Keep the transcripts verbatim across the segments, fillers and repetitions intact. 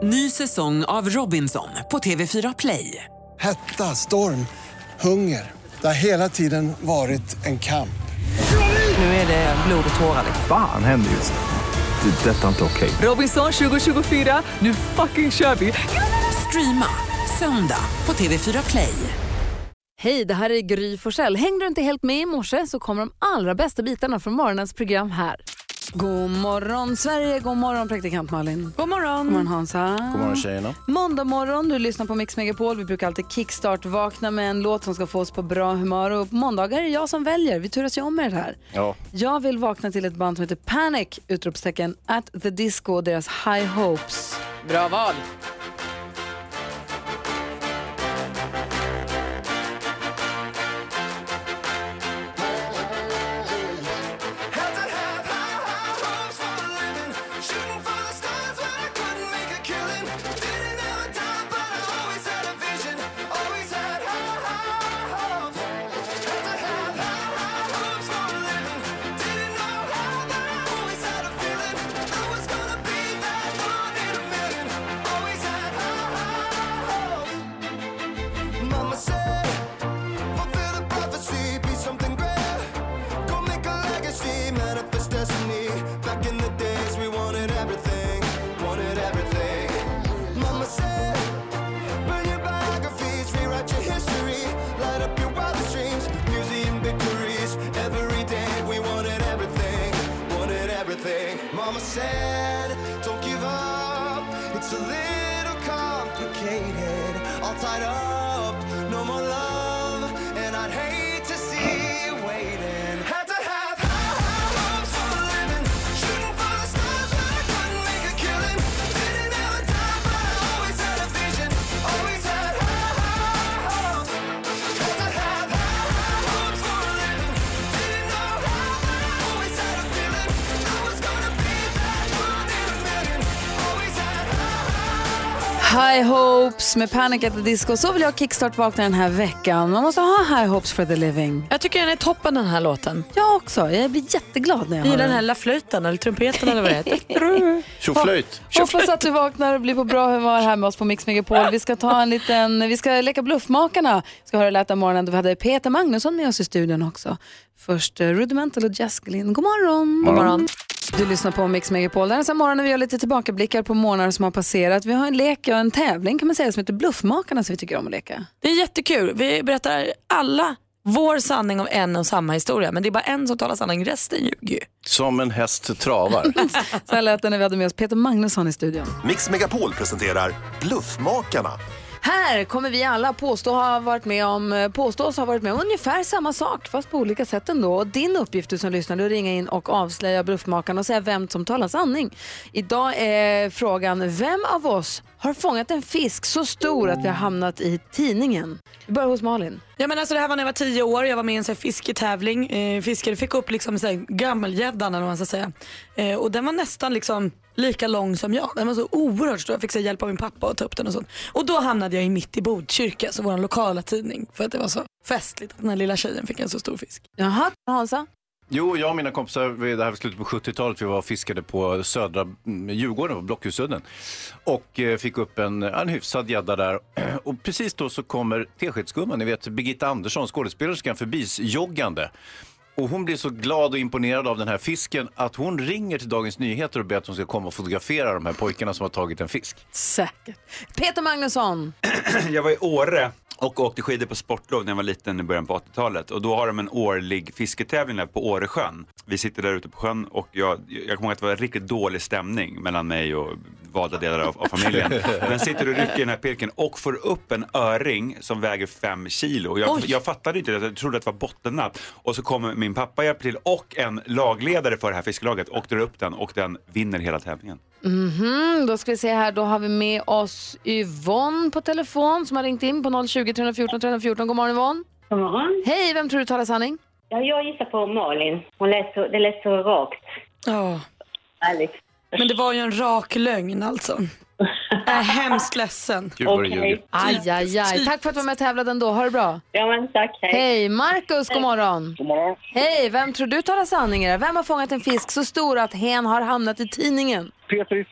Ny säsong av Robinson på T V fyra Play. Hetta, storm, hunger. Det har hela tiden varit en kamp. Nu är det blod och tårar. Fan händer just det. Det är detta inte okej. Robinson tjugo tjugofyra, nu fucking kör vi. Streama söndag på T V fyra Play. Hej, det här är Gry Forssell. Hängde du inte helt med i morse så kommer de allra bästa bitarna från morgonens program här. God morgon Sverige, god morgon praktikant Malin. God morgon. God morgon Hansa. God morgon tjejerna. Måndag morgon, du lyssnar på Mix Megapol. Vi brukar alltid kickstart vakna med en låt som ska få oss på bra humör. Och på måndagar är det jag som väljer, vi turas ju om med det här. Ja. Jag vill vakna till ett band som heter Panic, utropstecken At the Disco och deras High Hopes. Bra val. Mama said, don't give up. It's a little complicated. All tied up, no more love. And I'd hate to see you waiting. Had to have high, high hopes for a living. Shooting for the stars, but I couldn't make a killing. Didn't have a dime, but I always had a vision. Always had high, high hopes. Had to have high, high hopes for a living. Didn't know how, but I always had a feeling. I was gonna be that one in a million. Always had high, high High Hopes med Panic at the Disco. Så vill jag kickstart vakna den här veckan. Man måste ha High Hopes for the living. Jag tycker den är toppen, den här låten. Jag också, jag blir jätteglad när jag I hör den den. här lilla flöjten eller trumpeten eller vad det heter. Tjoflöjt. Hoppas att du vaknar och blir på bra humör här med oss på Mix Megapol. Vi ska ta en liten, vi ska leka bluffmakarna. Vi ska höra läta morgonen då vi hade Peter Magnusson med oss i studion också. Först uh, Rudimental och Jaskelin. God morgon. God morgon. Du lyssnar på Mix Megapol. Den här morgonen vi gör lite tillbakablickar på månader som har passerat. Vi har en lek och en tävling kan man säga som heter Bluffmakarna som vi tycker om att leka. Det är jättekul. Vi berättar alla vår sanning om en och samma historia. Men det är bara en som talar sanning, resten ljuger ju. Som en häst travar. Så här lät det när vi hade med oss Peter Magnusson i studion. Mix Megapol presenterar Bluffmakarna. Här kommer vi alla påstå ha varit med om påstås ha varit med om ungefär samma sak fast på olika sätt ändå. Och din uppgift du som lyssnar är att ringa in och avslöja bluffmakarna och säga vem som talar sanning. Idag är frågan, vem av oss har fångat en fisk så stor att vi har hamnat i tidningen? Vi börjar hos Malin. Ja, men alltså det här var när jag var tio år. Jag var med i en så här fisketävling. Eh, fiskare fick upp liksom så här gammelgäddan eller vad man ska säga. Eh, och den var nästan liksom lika lång som jag. Den var så oerhört stor. Jag fick så här hjälp av min pappa att ta upp den och sånt. Och då hamnade jag i mitt i Botkyrka, så vår lokala tidning. För att det var så festligt att den här lilla tjejen fick en så stor fisk. Jaha, Hansa? Jo, jag och mina kompisar, det här var slutet på sjuttiotalet, vi var och fiskade på södra Djurgården, på Blockhusudden. Och eh, fick upp en, en hyfsad gädda där. Och precis då så kommer teskedsgumman, ni vet Birgitta Andersson, skådespelerskan, förbisjoggande. Och hon blir så glad och imponerad av den här fisken att hon ringer till Dagens Nyheter och ber att hon ska komma och fotografera de här pojkarna som har tagit en fisk. Säkert. Peter Magnusson. Jag var i Åre och åkte skidor på sportlov när jag var liten i början på åttiotalet. Och då har de en årlig fisketävling där på Åresjön. Vi sitter där ute på sjön och jag, jag kommer ihåg att det var en riktigt dålig stämning mellan mig och valda delar av, av familjen. Men sitter och rycker i den här pirken och får upp en öring som väger fem kilo. Jag, jag fattade inte det, jag trodde att det var bottennapp. Och så kommer min pappa hjälpa till och en lagledare för det här fiskelaget och drar upp den och den vinner hela tävlingen. Mhm, då ska vi se här, då har vi med oss Yvonne på telefon som har ringt in på noll tjugo, tre fjorton, tre fjorton. God morgon Yvonne. God morgon. Hej, vem tror du talar sanning? Ja, jag gissar på Malin. Hon lät så, det lät så rakt. Ja. Ärligt. Men det var ju en rak lögn alltså. Jag är hemskt ledsen. Gud vad det ljuger. Aj, aj, aj. Tack för att du var med och tävlade ändå. Ha det bra. Ja, men tack. Hej. Hej, Marcus, god morgon. God morgon. Hej, vem tror du talar sanning? Vem har fångat en fisk så stor att hen har hamnat i tidningen? Peter Israelsson.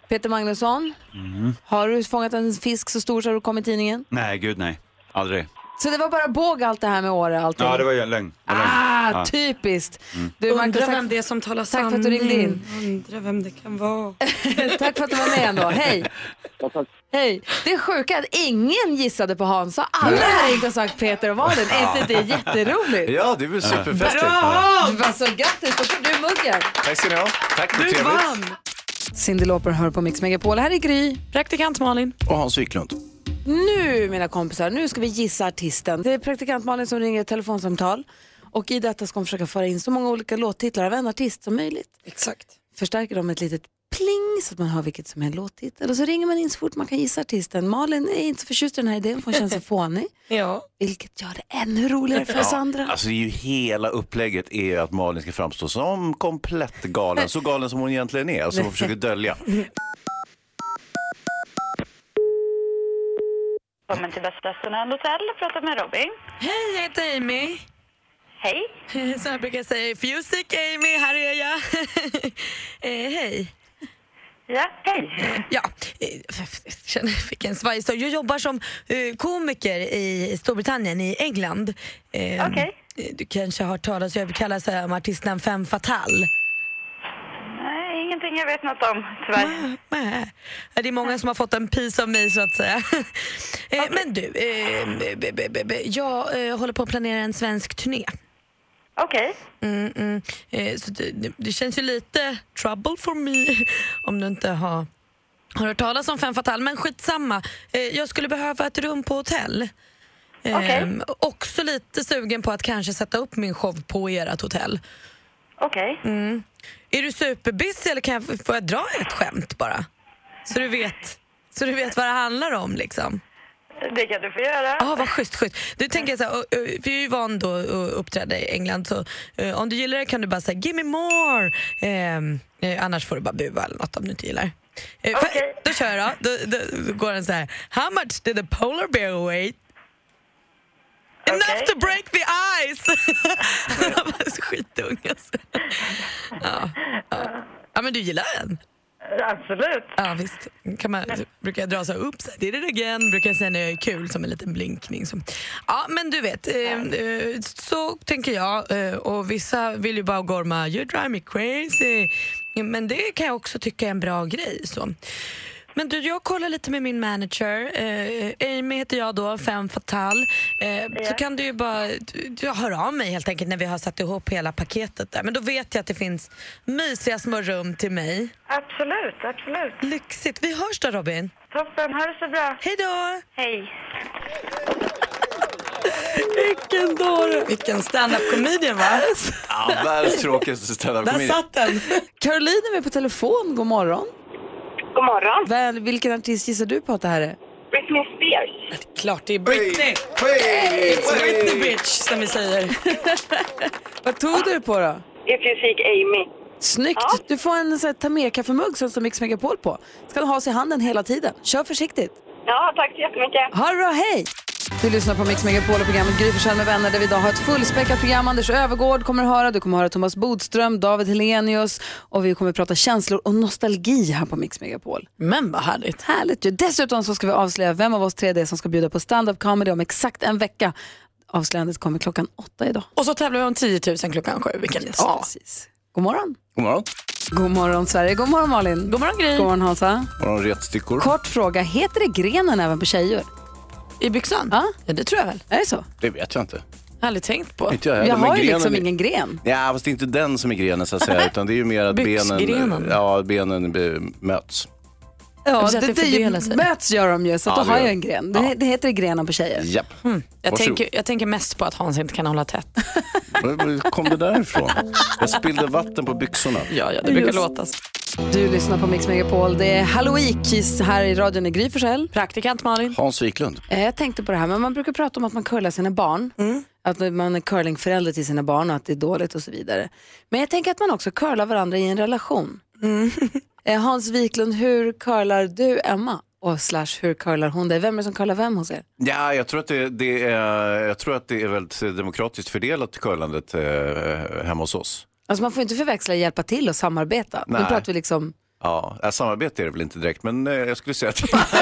Peter Magnusson, Mm. har du fångat en fisk så stor så har du kommit i tidningen? Nej, gud nej. Aldrig. Så det var bara båg allt det här med Åre allting? Ja, det var ju en lögn. En lögn. Ah, Ja. typiskt. Mm. Du, Marcus, Undrar tack, vem det är som talar tack sanning. för att du ringde in. Undrar vem det kan vara. Tack för att du var med ändå. Hej. Hej. Det är sjuka att ingen gissade på Hans. Alla har inte sagt Peter och Malin. Är inte det jätteroligt? Ja, det är väl superfestigt. Bra! Så grattis, då får du muggen. Tack ska ni ha. Tack, det är Du trevligt. vann. Cyndi Lauper hör på Mix Megapol. Här är Gry. Praktikant Malin. Och Hans Wiklund. Nu, mina kompisar, nu ska vi gissa artisten. Det är praktikant Malin som ringer ett telefonsamtal. Och i detta ska hon försöka föra in så många olika låttitlar av en artist som möjligt. Exakt. Förstärker dem med ett litet pling så att man hör vilket som är en låttitel. Och så ringer man in så fort man kan gissa artisten. Malin är inte så förtjust i den här idén för hon känns så fånig. Ja. Vilket gör det ännu roligare för oss andra. Alltså det är ju hela upplägget är att Malin ska framstå som komplett galen. Så galen som hon egentligen är. Alltså hon försöker dölja. Välkommen till Bästa Österland Hotel. Pratar med Robin. Hej, jag heter Amy. Hej. Så jag brukar säga, if you sick Amy, här är jag. eh, hej. Ja, hej. Ja, eh, jag känner jag fick en svajstad. Jag jobbar som eh, komiker i Storbritannien, i England. Eh, Okej. Du kanske har hört talas, jag kallar sig om artisten Femme Fatale. Nej, ingenting jag vet något om, tyvärr. Nej, det är många som har fått en piece av mig så att säga. eh, men du, eh, be, be, be, be, jag eh, håller på att planera en svensk turné. Okej. Mm, mm. Eh, så det, det, det känns ju lite trouble for me om du inte har, har hört talas om Femme Fatale. Men skitsamma, eh, jag skulle behöva ett rum på hotell. Eh, Okej. Också lite sugen på att kanske sätta upp min show på ert hotell. Okej. Mm. Är du superbusy eller kan jag, får jag dra ett skämt bara? Så du vet, så du vet vad det handlar om liksom. Det kan du få göra. Ja, ah, vad schysst, schysst. Du tänker så här, vi är ju van då att uppträda i England, så uh, om du gillar det kan du bara säga give me more. Um, uh, annars får du bara bua eller något om du inte gillar. Uh, Okej. för, då kör jag då. Då, då, då går den så här. How much did the polar bear weigh? Enough Okej. to break the ice. Han var så skitung alltså. Ja, ja. Ja, men du gillar den. Absolut. Ja, visst. Kan man, brukar jag dra så här, oops, I did it again. Brukar jag säga när jag är kul som en liten blinkning. Så. Ja, men du vet, eh, eh, så tänker jag. Eh, och vissa vill ju bara gorma, you drive me crazy. Men det kan jag också tycka är en bra grej. Så. Men du, jag kollar lite med min manager. Eh, Amy heter jag då, Femme Fatale. Eh, Ja. Så kan du ju bara du hör av mig helt enkelt när vi har satt ihop hela paketet där. Men då vet jag att det finns mysiga små rum till mig. Absolut, absolut. Lyxigt. Vi hörs då, Robin. Toppen, ha det så bra. Hej då! Hej. Vilken dåre! Vilken stand-up comedian, va? Ja, världens tråkigaste stand-up Där comedy. satt den. Caroline är med på telefon. God morgon. God morgon. Väl, vilken artist gissar du på att det här är? Britney Spears. Klart det är Britney! Hey, It's Britney bitch, som vi säger. Vad tog du på då? If you seek Amy. Snyggt. Ja. Du får en så här, ta med kaffemugg som står Mix Megapol på. Ska du ha oss i handen hela tiden. Kör försiktigt. Ja, tack så jättemycket. Ha det bra, hej! Du lyssnar på Mix Megapol och programmet Gry Forssell med vänner där vi idag har ett fullspäckat program. Anders Övergård kommer att höra, du kommer att höra Thomas Bodström, David Helenius och vi kommer att prata känslor och nostalgi här på Mix Megapol. Men vad härligt. Härligt ju. Dessutom så ska vi avslöja vem av oss tre det är som ska bjuda på stand-up comedy om exakt en vecka. Avslöjandet kommer klockan åtta idag. Och så tävlar vi om tio tusen klockan sju. Vilken Yes, ja. precis. God morgon. God morgon. God morgon Sverige. God morgon Malin. God morgon Gry. God morgon Hansa. God morgon, retstickor. Kort fråga, heter det grenen även på tjejer? I byxan? Ja. Ja, det tror jag väl. Är det så? Det vet jag inte. Aldrig tänkt på. Inte jag heller, Jag men har ju grenen liksom är- ingen gren. Ja, fast det är inte den som är grenen så att säga, utan det är ju mer att benen, Byxgrenen. ja, benen be- möts. Ja, precis, det, att det det är ju, fördelar sig. möts gör de ju, så att Ja, då det har gör jag det. en gren. Det, Ja. det heter grenen på tjejer. Japp. Mm. Jag, Varsågod. tänker, jag tänker mest på att Hans inte kan hålla tätt. Var kom det där ifrån? Jag spillde vatten på byxorna. Ja, ja det brukar Just. låtas. Du lyssnar på Mix Megapol. Det är Halloween här i radion i Gry Forssell. Praktikant Malin. Hans Wiklund. Eh, Jag tänkte på det här, men man brukar prata om att man curlar sina barn. Mm. Att man är curlingförälder till sina barn och att det är dåligt och så vidare. Men jag tänker att man också curlar varandra i en relation. Mm. Eh, Hans Wiklund, hur curlar du Emma? Och slash, hur curlar hon dig? Vem är det som curlar vem hos er? Ja, jag tror att det, det är, jag tror att det är väldigt demokratiskt fördelat curlandet eh, hemma hos oss. Alltså man får inte förväxla hjälpa till och samarbeta. Nu Nej. pratar vi liksom Ja, samarbete är det väl inte direkt, men jag skulle säga att,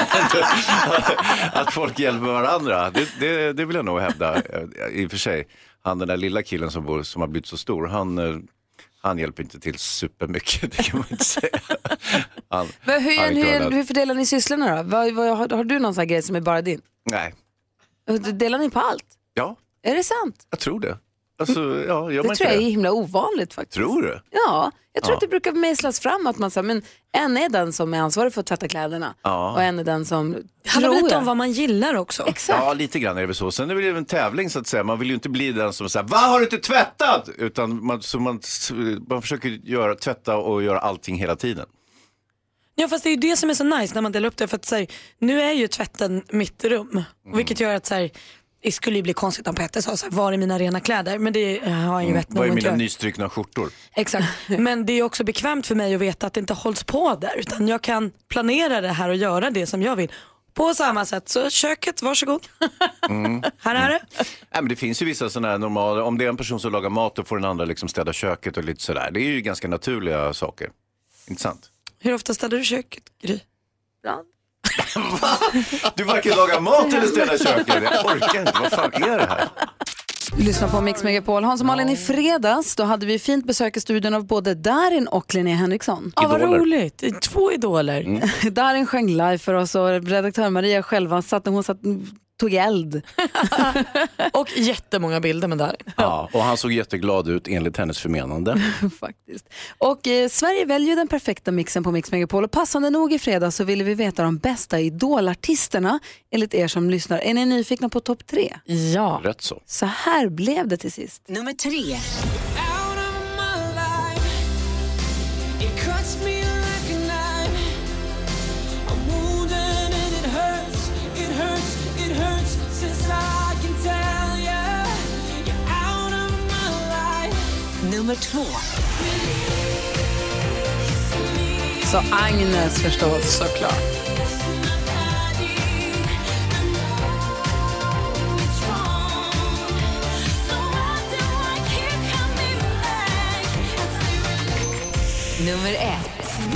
att folk hjälper varandra. Det, det, det vill jag nog hävda. I och för sig, han den där lilla killen som, bor, som har blivit så stor, han, han hjälper inte till supermycket, det kan man inte säga. Han, men hur, han hur, hur fördelar ni sysslorna då? Vad, vad, har, har du någon sån här grej som är bara din? Nej. Delar ni på allt? Ja. Är det sant? Jag tror det. Alltså, ja, gör man det tror jag är himla ovanligt faktiskt. Tror du? Ja, jag tror ja. att det brukar mejslas fram att man säger, men en är den som är ansvarig för att tvätta kläderna ja. och en är den som det handlar lite om vad man gillar också. Exakt. Ja, lite grann är det väl så. Sen är det väl en tävling så att säga. Man vill ju inte bli den som säger, vad har du inte tvättat? Utan man, så man, man försöker göra, tvätta och göra allting hela tiden. Ja, fast det är ju det som är så nice när man delar upp det. För att så här, nu är ju tvätten mitt rum. Mm. Vilket gör att så här, det skulle ju bli konstigt om Petter sa så här, var är mina rena kläder? Men det har han ju vett nog Var är att mina göra. nystrykna skjortor? Exakt, men det är också bekvämt för mig att veta att det inte hålls på där. Utan jag kan planera det här och göra det som jag vill. På samma sätt, så köket, varsågod. Mm. Här är det. Nej, men det finns ju vissa sådana här normala, om det är en person som lagar mat och får den andra liksom städa köket och lite sådär. Det är ju ganska naturliga saker. Intressant. Hur ofta städar du köket, Gry? Ibland. Du varken lagar mat eller städar köket. Jag orkar inte, vad fan är det här? Vi lyssnar på Mix Megapol. Hans och Malin, i fredags då hade vi fint besök i studion av både Darin och Linnea Henriksson. Ja, vad roligt. Två idoler. Mm. Darin sjöng live för oss och redaktör Maria själva satt, hon satt, tog eld. Och jättemånga bilder med Darin. Ja, och han såg jätteglad ut enligt hennes förmenande. Faktiskt. Och eh, Sverige väljer den perfekta mixen på Mix Megapol. Och passande nog i fredag så ville vi veta de bästa idolartisterna enligt er som lyssnar. Är ni nyfikna på topp tre? Ja. Rätt så. Så här blev det till sist. Nummer tre. Nummer två. Så Agnes förstås, såklart. Nummer ett.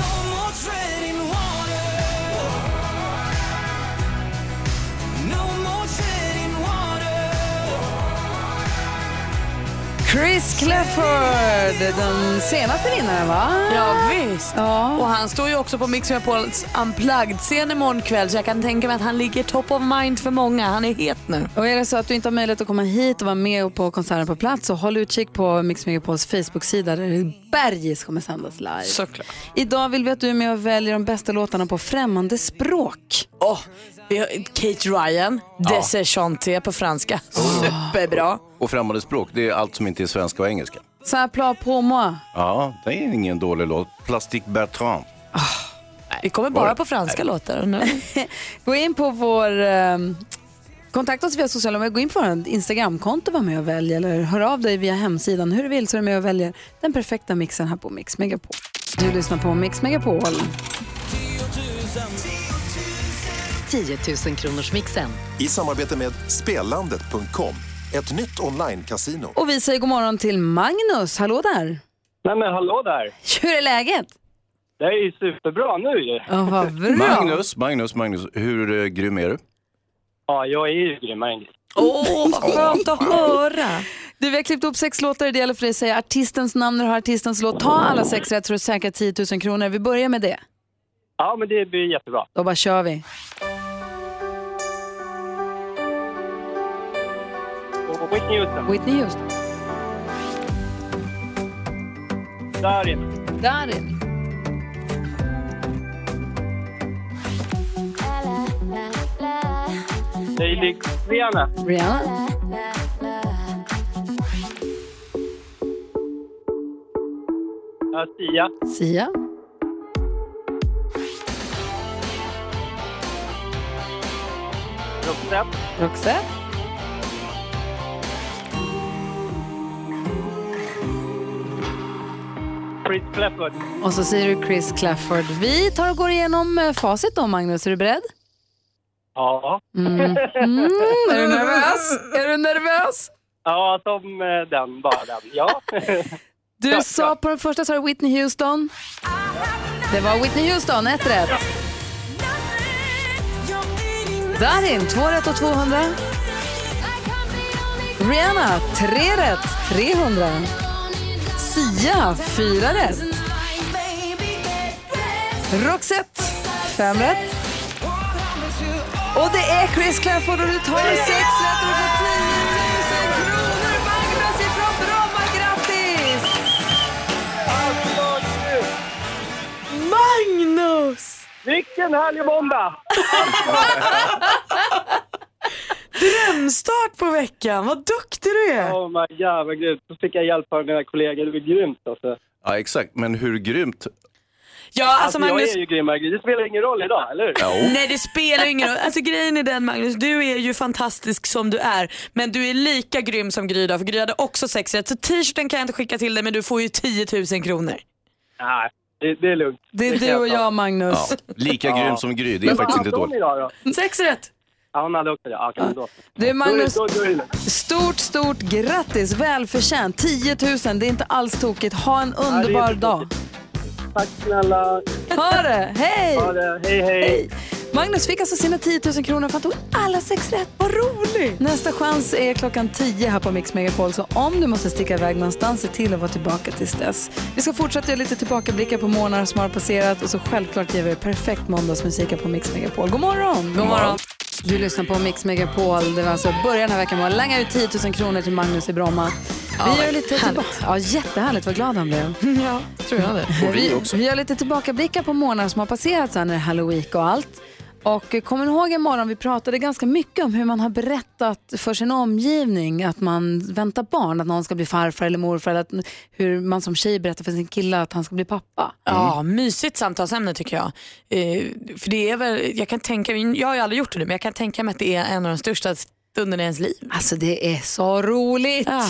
Chris Clafford, den senaste vinnaren, va? Ja, visst. Ja. Och han står ju också på Mix Megapols Unplugged-scen imorgon kväll, så jag kan tänka mig att han ligger top of mind för många. Han är het nu. Och är det så att du inte har möjlighet att komma hit och vara med på konserten på plats, så håll utkik på Mix Megapols Facebook-sida där Bergis kommer sändas live. Såklart. Idag vill vi att du är med och väljer de bästa låtarna på främmande språk. Åh, oh, vi har Kate Ryan, ja. Des Chanté på franska. Superbra. Och främmande språk, det är allt som inte är svenska och engelska. Så här, pla på moi. Ja, det är ingen dålig låt. Plastic Bertrand. Oh, vi kommer bara på franska Nej. låtar nu. Gå in på vår... Um, kontakta oss via sociala medier. Gå in på vår Instagramkonto och var med och välj. Eller hör av dig via hemsidan. Hur du vill så är du med och väljer den perfekta mixen här på Mix Megapol. Du lyssnar på Mix Megapol. tio tusen kronors mixen. I samarbete med spelandet punkt com. Ett nytt online-casino. Och vi säger god morgon till Magnus. Hallå där. Nej men hallå där. Hur är läget? Det är ju superbra nu ju. Oh, vad bra. Magnus, Magnus, Magnus. Hur uh, grym är du? Ja, jag är ju grym, Magnus. Åh, oh, vad skönt att höra. Du, vi har klippt upp sex låtar. Det gäller för dig att säga artistens namn när du har artistens låt. Ta alla sex rätt så du säkrar tio tusen kronor. Vi börjar med det. Ja, men det blir jättebra. Då bara kör vi. Whitney Houston. Whitney Houston. Darin. Darin. Hailey. Rihanna. Rihanna. Ja, Sia. Sia. Roxette. Roxette. Chris Clafford. Och så säger du Chris Clafford. Vi tar och går igenom facit då, Magnus. Är du beredd? Ja. Mm. Mm. Är du nervös? Är du nervös? Ja, som den, bara den. Ja. Du sa på den första så har du Whitney Houston. Det var Whitney Houston, ett rätt. Darin, två rätt och tvåhundra. Rihanna, tre rätt, trehundra. Sia, fyra rätt. Roxette, fem rätt. Och det är Chris Clafford och du tar sex rätt och du får tio tusen kronor. Magnus ifrån Bromma, grattis! Magnus! Vilken härlig måndag! Drömstart på veckan, vad duktig du är! Åh, oh, jävla grymt. Så fick jag hjälp av mina kollegor, det var grymt alltså. Ja, exakt. Men hur grymt? Ja, alltså, alltså Magnus... jag är ju grym, det spelar ingen roll idag, eller hur? Ja. Nej, det spelar ingen roll. Alltså grejen är den, Magnus, du är ju fantastisk som du är. Men du är lika grym som Gry då, för Gry hade också sex rätt. Så t-shirten kan jag inte skicka till dig, men du får ju tio tusen kronor. Nej, det, det är lugnt. Det är det du och jag, Magnus. Ja, lika ja. grym som Gry, det är men faktiskt inte dåligt. Sex rätt. Ja, hon hade också det. Ja, kan då. Du, Magnus, då, då, då stort, stort grattis. Välförtjänt. tio tusen, det är inte alls tokigt. Ha en underbar ja, dag. Tack snälla. Ha det, hej! Ha det, hej, hej. hej. Magnus fick alltså sina tio tusen kronor för att han tog alla sex rätt. Vad roligt! Nästa chans är klockan tio här på Mix Megapol. Så om du måste sticka iväg någonstans, se till att vara tillbaka tills dess. Vi ska fortsätta göra lite tillbakablickar på månader som har passerat. Och så självklart ger vi perfekt måndagsmusik på Mix Megapol. God morgon! God morgon! Du lyssnar på Mix Megapol. Det var alltså början den här veckan med att langa ut tio tusen kronor till Magnus i Bromma. Vi ja, gör lite tillbaka... Ja, jättehärligt. Vad glad han blev. Ja, tror jag det. Och vi också. Vi gör lite tillbakablickar på månader som har passerat sen när det är Halloween och allt. Och kommer ni ihåg imorgon vi pratade ganska mycket om hur man har berättat för sin omgivning att man väntar barn, att någon ska bli farfar eller morfar, eller att, hur man som tjej berättar för sin kille att han ska bli pappa. Mm. Ja, mysigt samtalsämne tycker jag. Eh, för det är väl, jag kan tänka, jag har ju aldrig gjort det, men jag kan tänka mig att det är en av de största stunderna i ens liv. Alltså det är så roligt. Ja.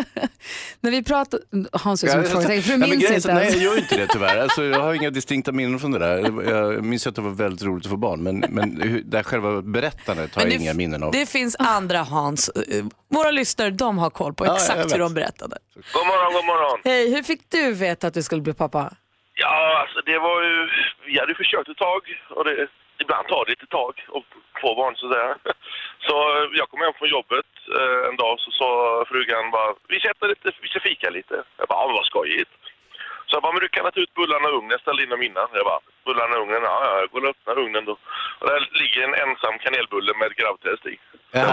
När vi pratar Hans är som frågar, för du minns nej, inte. Nej, jag gör inte det tyvärr. Alltså, jag har inga distinkta minnen från det där. Jag minns att det var väldigt roligt att få barn, men, men det här själva berättandet har jag inga minnen av. Det finns andra Hans. Våra lyssnare, de har koll på exakt ja, hur de berättade. God morgon, god morgon. Hej, hur fick du veta att du skulle bli pappa? Ja, alltså det var ju, vi hade försökt ett tag och det, ibland tar det lite tag och få barn så att säga. Så jag kom hem från jobbet eh, en dag så sa frugan bara, vi sätter lite, vi ska fika lite. Jag bara, ja, men vad skojigt. Så jag bara, men du kan ta ut bullarna i ugnen, ställ in dem innan. Jag bara, bullarna i ugnen, ja, jag går och öppnar ugnen då. Och där ligger en ensam kanelbulle med ett gravtest i. Ja.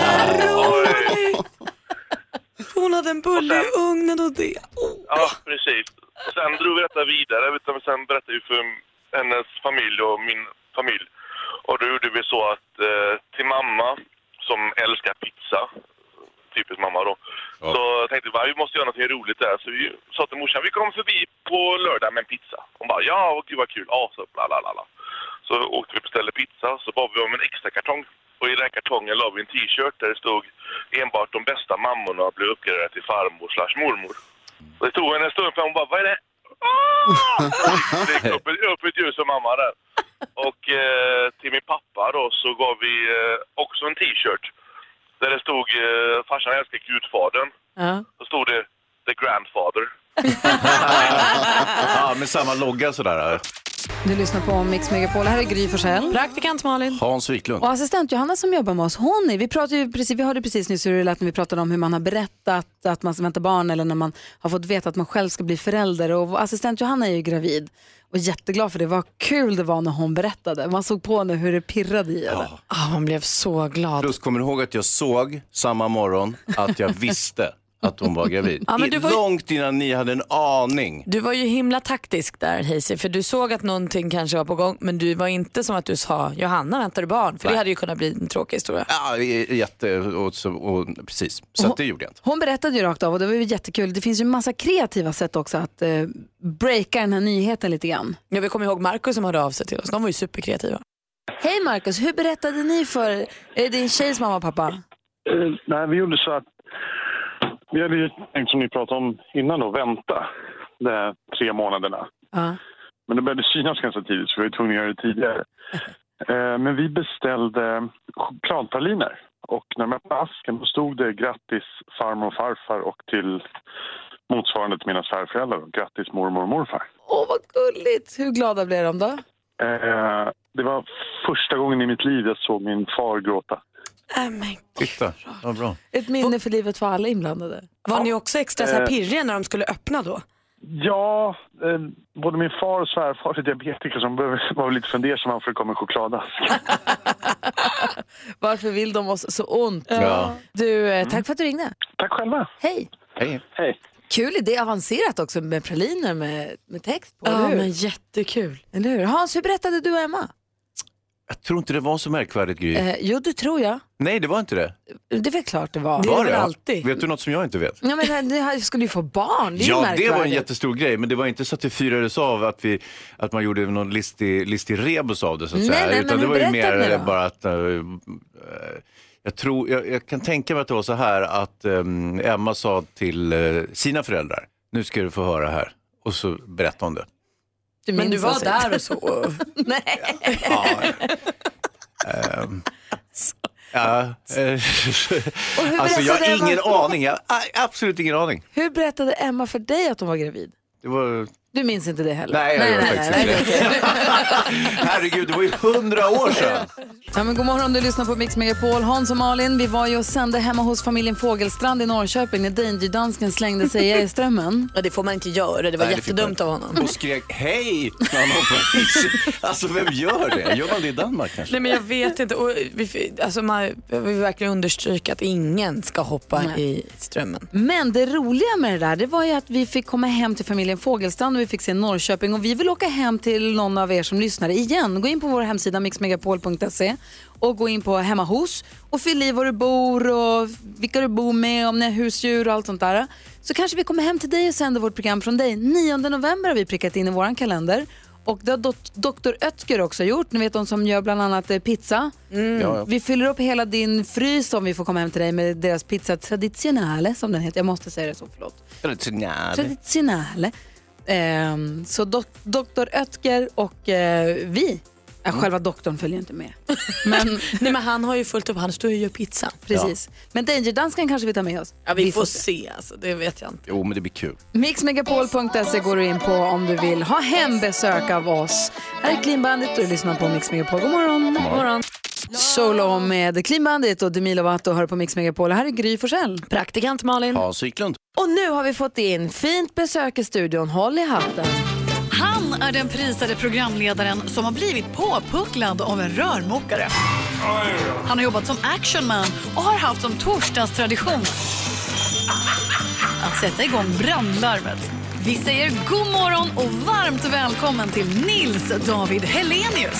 Hon hade en bulle sen, i ugnen och det. Oh. Ja, precis. Och sen drog vi detta vidare, utan sen berättade vi för hennes familj och min familj. Och då gjorde vi så att eh, till mamma som älskar pizza, typiskt mamma då, ja. Så tänkte vi, vi måste göra något roligt där. Så vi sa till morsan, vi kommer förbi på lördag med en pizza. Hon bara, ja, gud vad kul. Ja, så blablabla. Så åkte vi och beställde pizza, så bad vi om en extra kartong. Och i den kartongen la vi en t-shirt där det stod enbart de bästa mammorna blev uppgraderade till farmor slash mormor. Och det tog en stund för hon bara, vad är det? Ah! Det gick upp, upp ett ljus för mamma där. Och eh, till min pappa då så gav vi eh, också en t-shirt där det stod eh, farsan älskar gudfadern. Ja. Så stod det the grandfather. Ja, med samma logga sådär. Du lyssnar på Mix Megapol. Här är Gry Forssell. Praktikant Malin. Hans Wiklund. Och assistent Johanna som jobbar med oss. Hon är, vi pratade ju precis, vi hörde precis nyss hur det lät när vi pratade om hur man har berättat att man ska vänta barn eller när man har fått veta att man själv ska bli förälder. Och assistent Johanna är ju gravid. Och jätteglad för det. Vad kul det var när hon berättade. Man såg på nu hur det pirrade i henne. Ja, ah, man blev så glad. Plus kommer ihåg att jag såg samma morgon att jag visste att hon var gravid. Ja, men du var ju... Långt innan ni hade en aning. Du var ju himla taktisk där, Heisi, för du såg att någonting kanske var på gång, men du var inte som att du sa, Johanna, väntar du barn? För Nej. Det hade ju kunnat bli en tråkig historia. Ja, jätte, och, så, och, precis. Så hon, att det gjorde jag inte. Hon berättade ju rakt av och det var ju jättekul. Det finns ju en massa kreativa sätt också att eh, breaka den här nyheten lite grann. Jag vill komma ihåg Markus som hörde av sig till oss. De var ju superkreativa. Hej Markus, hur berättade ni för är det din tjejs mamma och pappa? Uh, nej, vi gjorde så att vi hade ju tänkt som ni pratade om innan då, vänta de här tre månaderna. Uh. Men det började synas ganska tidigt så vi var tvungna att göra det tidigare. uh, men vi beställde chokladpraliner och när man öppnade asken då stod det grattis farmor och farfar och till motsvarande till mina svärföräldrar. Grattis mormor och morfar. Åh, vad gulligt. Hur glada blev de då? Eh, det var första gången i mitt liv jag såg min far gråta. Äh, men Titta, vad bra. Ett minne för livet för alla inblandade. Var ni också extra så här pirriga när de skulle öppna då? Ja, eh, både min far och svärfar är diabetiker som var väl lite fundersamma för att komma en chokladask. Varför vill de oss så ont? Ja. Du, eh, tack för att du ringde. Tack själva. Hej. Hej. Hej. Kul idé, avancerat också med praliner med, med text på. Ja, eller hur? men jättekul. Eller hur? Hans, hur berättade du och Emma? Jag tror inte det var så märkvärdigt, Gry. Eh, jo, det tror jag. Nej, det var inte det. Det är väl klart det var. Det var är väl det? alltid. Vet du något som jag inte vet? Ja, men det här skulle ju få barn. Det är ja, ju det märkvärdigt. var en jättestor grej, men det var inte så att det firades av att, vi, att man gjorde någon listig, listig rebus av det, så att Nej, säga. nej, Utan men det hur var ju berättade mer ni då? bara att... Uh, jag, tror, jag, jag kan tänka mig att det var så här att um, Emma sa till uh, sina föräldrar, nu ska du få höra här. Och så berättade hon det. Du Men du var alltså där inte. och så. Nej. Ja, um, ja, eh, alltså jag har ingen Emma? aning, jag har absolut ingen aning. Hur berättade Emma för dig att hon var gravid? Det var... Du minns inte det heller? Nej, jag gör faktiskt inte det. Herregud, det var ju hundra år sedan. Ja, men god morgon, du lyssnar på Mix Megapol. Hans och Malin, vi var ju och sände hemma hos familjen Fågelstrand i Norrköping när Danger-dansken slängde sig i strömmen. Ja, det får man inte göra, det var Nej, det jättedumt av honom. Och skrek hej när han hoppade. Alltså vem gör det? Gör man det i Danmark kanske? Nej, men jag vet inte. Och vi, alltså, man, jag vill verkligen understryka att ingen ska hoppa Nej. i strömmen. Men det roliga med det där, det var ju att vi fick komma hem till familjen Fågelstrand och vi fick se Norrköping, och vi vill åka hem till någon av er som lyssnar igen. Gå in på vår hemsida mix megapol punkt se och gå in på hemma hos och fyll i var du bor och vilka du bor med, om ni har husdjur och allt sånt där. Så kanske vi kommer hem till dig och sänder vårt program från dig. nionde november har vi prickat in i våran kalender. Och det har dot- doktor Oetker också gjort. Ni vet de som gör bland annat eh, pizza. Mm. Ja, ja. Vi fyller upp hela din frys om vi får komma hem till dig med deras pizza traditionale, som den heter. Jag måste säga det så, förlåt. Traditionale. Traditionale. Ehm, så dok- doktor Oetker och eh, vi. Ja, själva doktorn följer inte med. Men, Nej, men han har ju fullt upp, han står ju och gör pizza. precis. Men Danger-dansken kanske vi tar med oss. Ja, vi, får se, alltså, det vet jag inte. Jo, men det blir kul. mix megapol punkt se går du in på om du vill ha hembesök av oss. Här är Clean Bandit och du lyssnar på Mix Megapol. God morgon. God morgon. Solo med Clean Bandit och Demi Lovato hör på Mix Megapol. Här är Gry Forssell. Praktikant Malin. Hans Wiklund. Och nu har vi fått in fint besök i studion. Håll i hatten. Han är den prisade programledaren som har blivit påpucklad av en rörmokare. Han har jobbat som actionman och har haft som torsdagstradition att sätta igång brandlarmet. Vi säger god morgon och varmt välkommen till Nils David Helenius.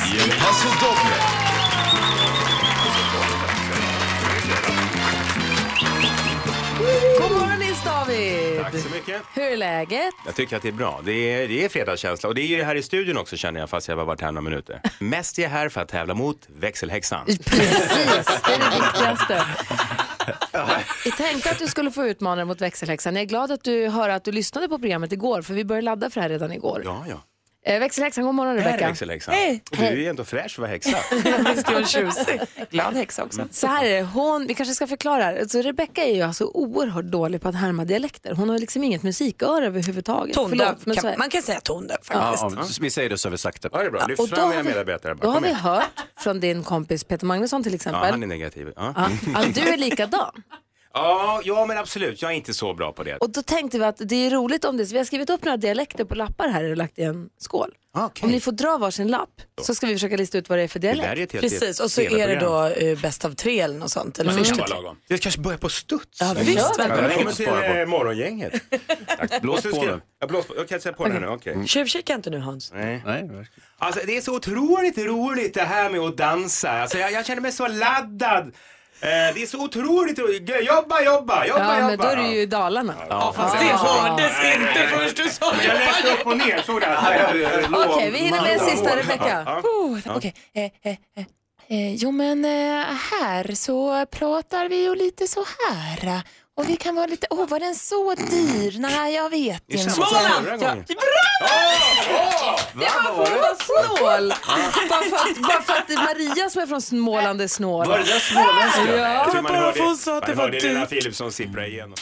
God morgon Nils David. Tack så mycket. Hur är läget? Jag tycker att det är bra. Det är, det är fredagskänsla och det är ju här i studion också, känner jag, fast jag har varit här några minuter. Mest är jag här för att tävla mot växelhäxan. Precis, det är det viktigaste. Jag tänkte att du skulle få utmana dig mot växelhäxan. Jag är glad att du hör att du lyssnade på programmet igår, för vi började ladda för det här redan igår. Ja, ja. Eh, växelhäxan, god morgon Här Rebecka. är växelhäxan. Hej. Och du är ju ändå fräsch för att vara häxa. Visst är hon tjusig. Glad häxa också. Så här är det, hon, vi kanske ska förklara. Alltså, Rebecka är ju alltså oerhört dålig på att härma dialekter. Hon har liksom inget musiköra överhuvudtaget. Tondöv, Förlåt, men så kan, är- man kan säga tondöv Ja, faktiskt. ja, vi säger det så har vi sagt det. Ja, det är bra. Lyft och då fram har mina vi- medarbetare. Bara. Då har Kom vi igen. hört från din kompis Peter Magnusson till Ja, exempel. han är negativ. Ja. Ja, att du är likadan. Ja, ja, men absolut. Jag är inte så bra på det. Och då tänkte vi att det är roligt om det. Så vi har skrivit upp några dialekter på lappar här och lagt i en skål. Okay. Om ni får dra varsin lapp så ska vi försöka lista ut vad det är för Det där dialekt. är ett helt Precis, och så är det då uh, bäst av tre eller något sånt. Eller Mm. först Det till kan vara lagom. Jag kanske börjar på studs. Ja, visst. Välkommen till eh, morgongänget. Tack. Blås på den. Jag, blås på. Jag kan sätta på den nu, okej. Mm. Tjuvkika inte nu Hans. Nej. Nej, Alltså det är så otroligt roligt det här med att dansa. Alltså jag, jag känner mig så laddad. Eh, det är så otroligt roligt. Jobba, jobba, jobba, Ja, jobba. men då är det ju i Dalarna. Ja, fast Det det hördes inte först du sa Jag läste upp och ner, såg det. Okej, vi hinner med en sista, Rebecka. Ja. Oh, Okej, eh, eh, eh, eh, jo men eh, här så pratar vi ju lite så här. Och vi kan vara lite, åh oh, var den så dyr? Nej, jag vet Det är inte. samma som förra gången. Det var för att vara snål. Bara för att, bara för att det är Maria som är från Småland är snål. Var det där småländska? Ja, Jag tror man bara hörde, för att hon sa att det man var hörde Lena dyrt. Philipsson sippra igenom.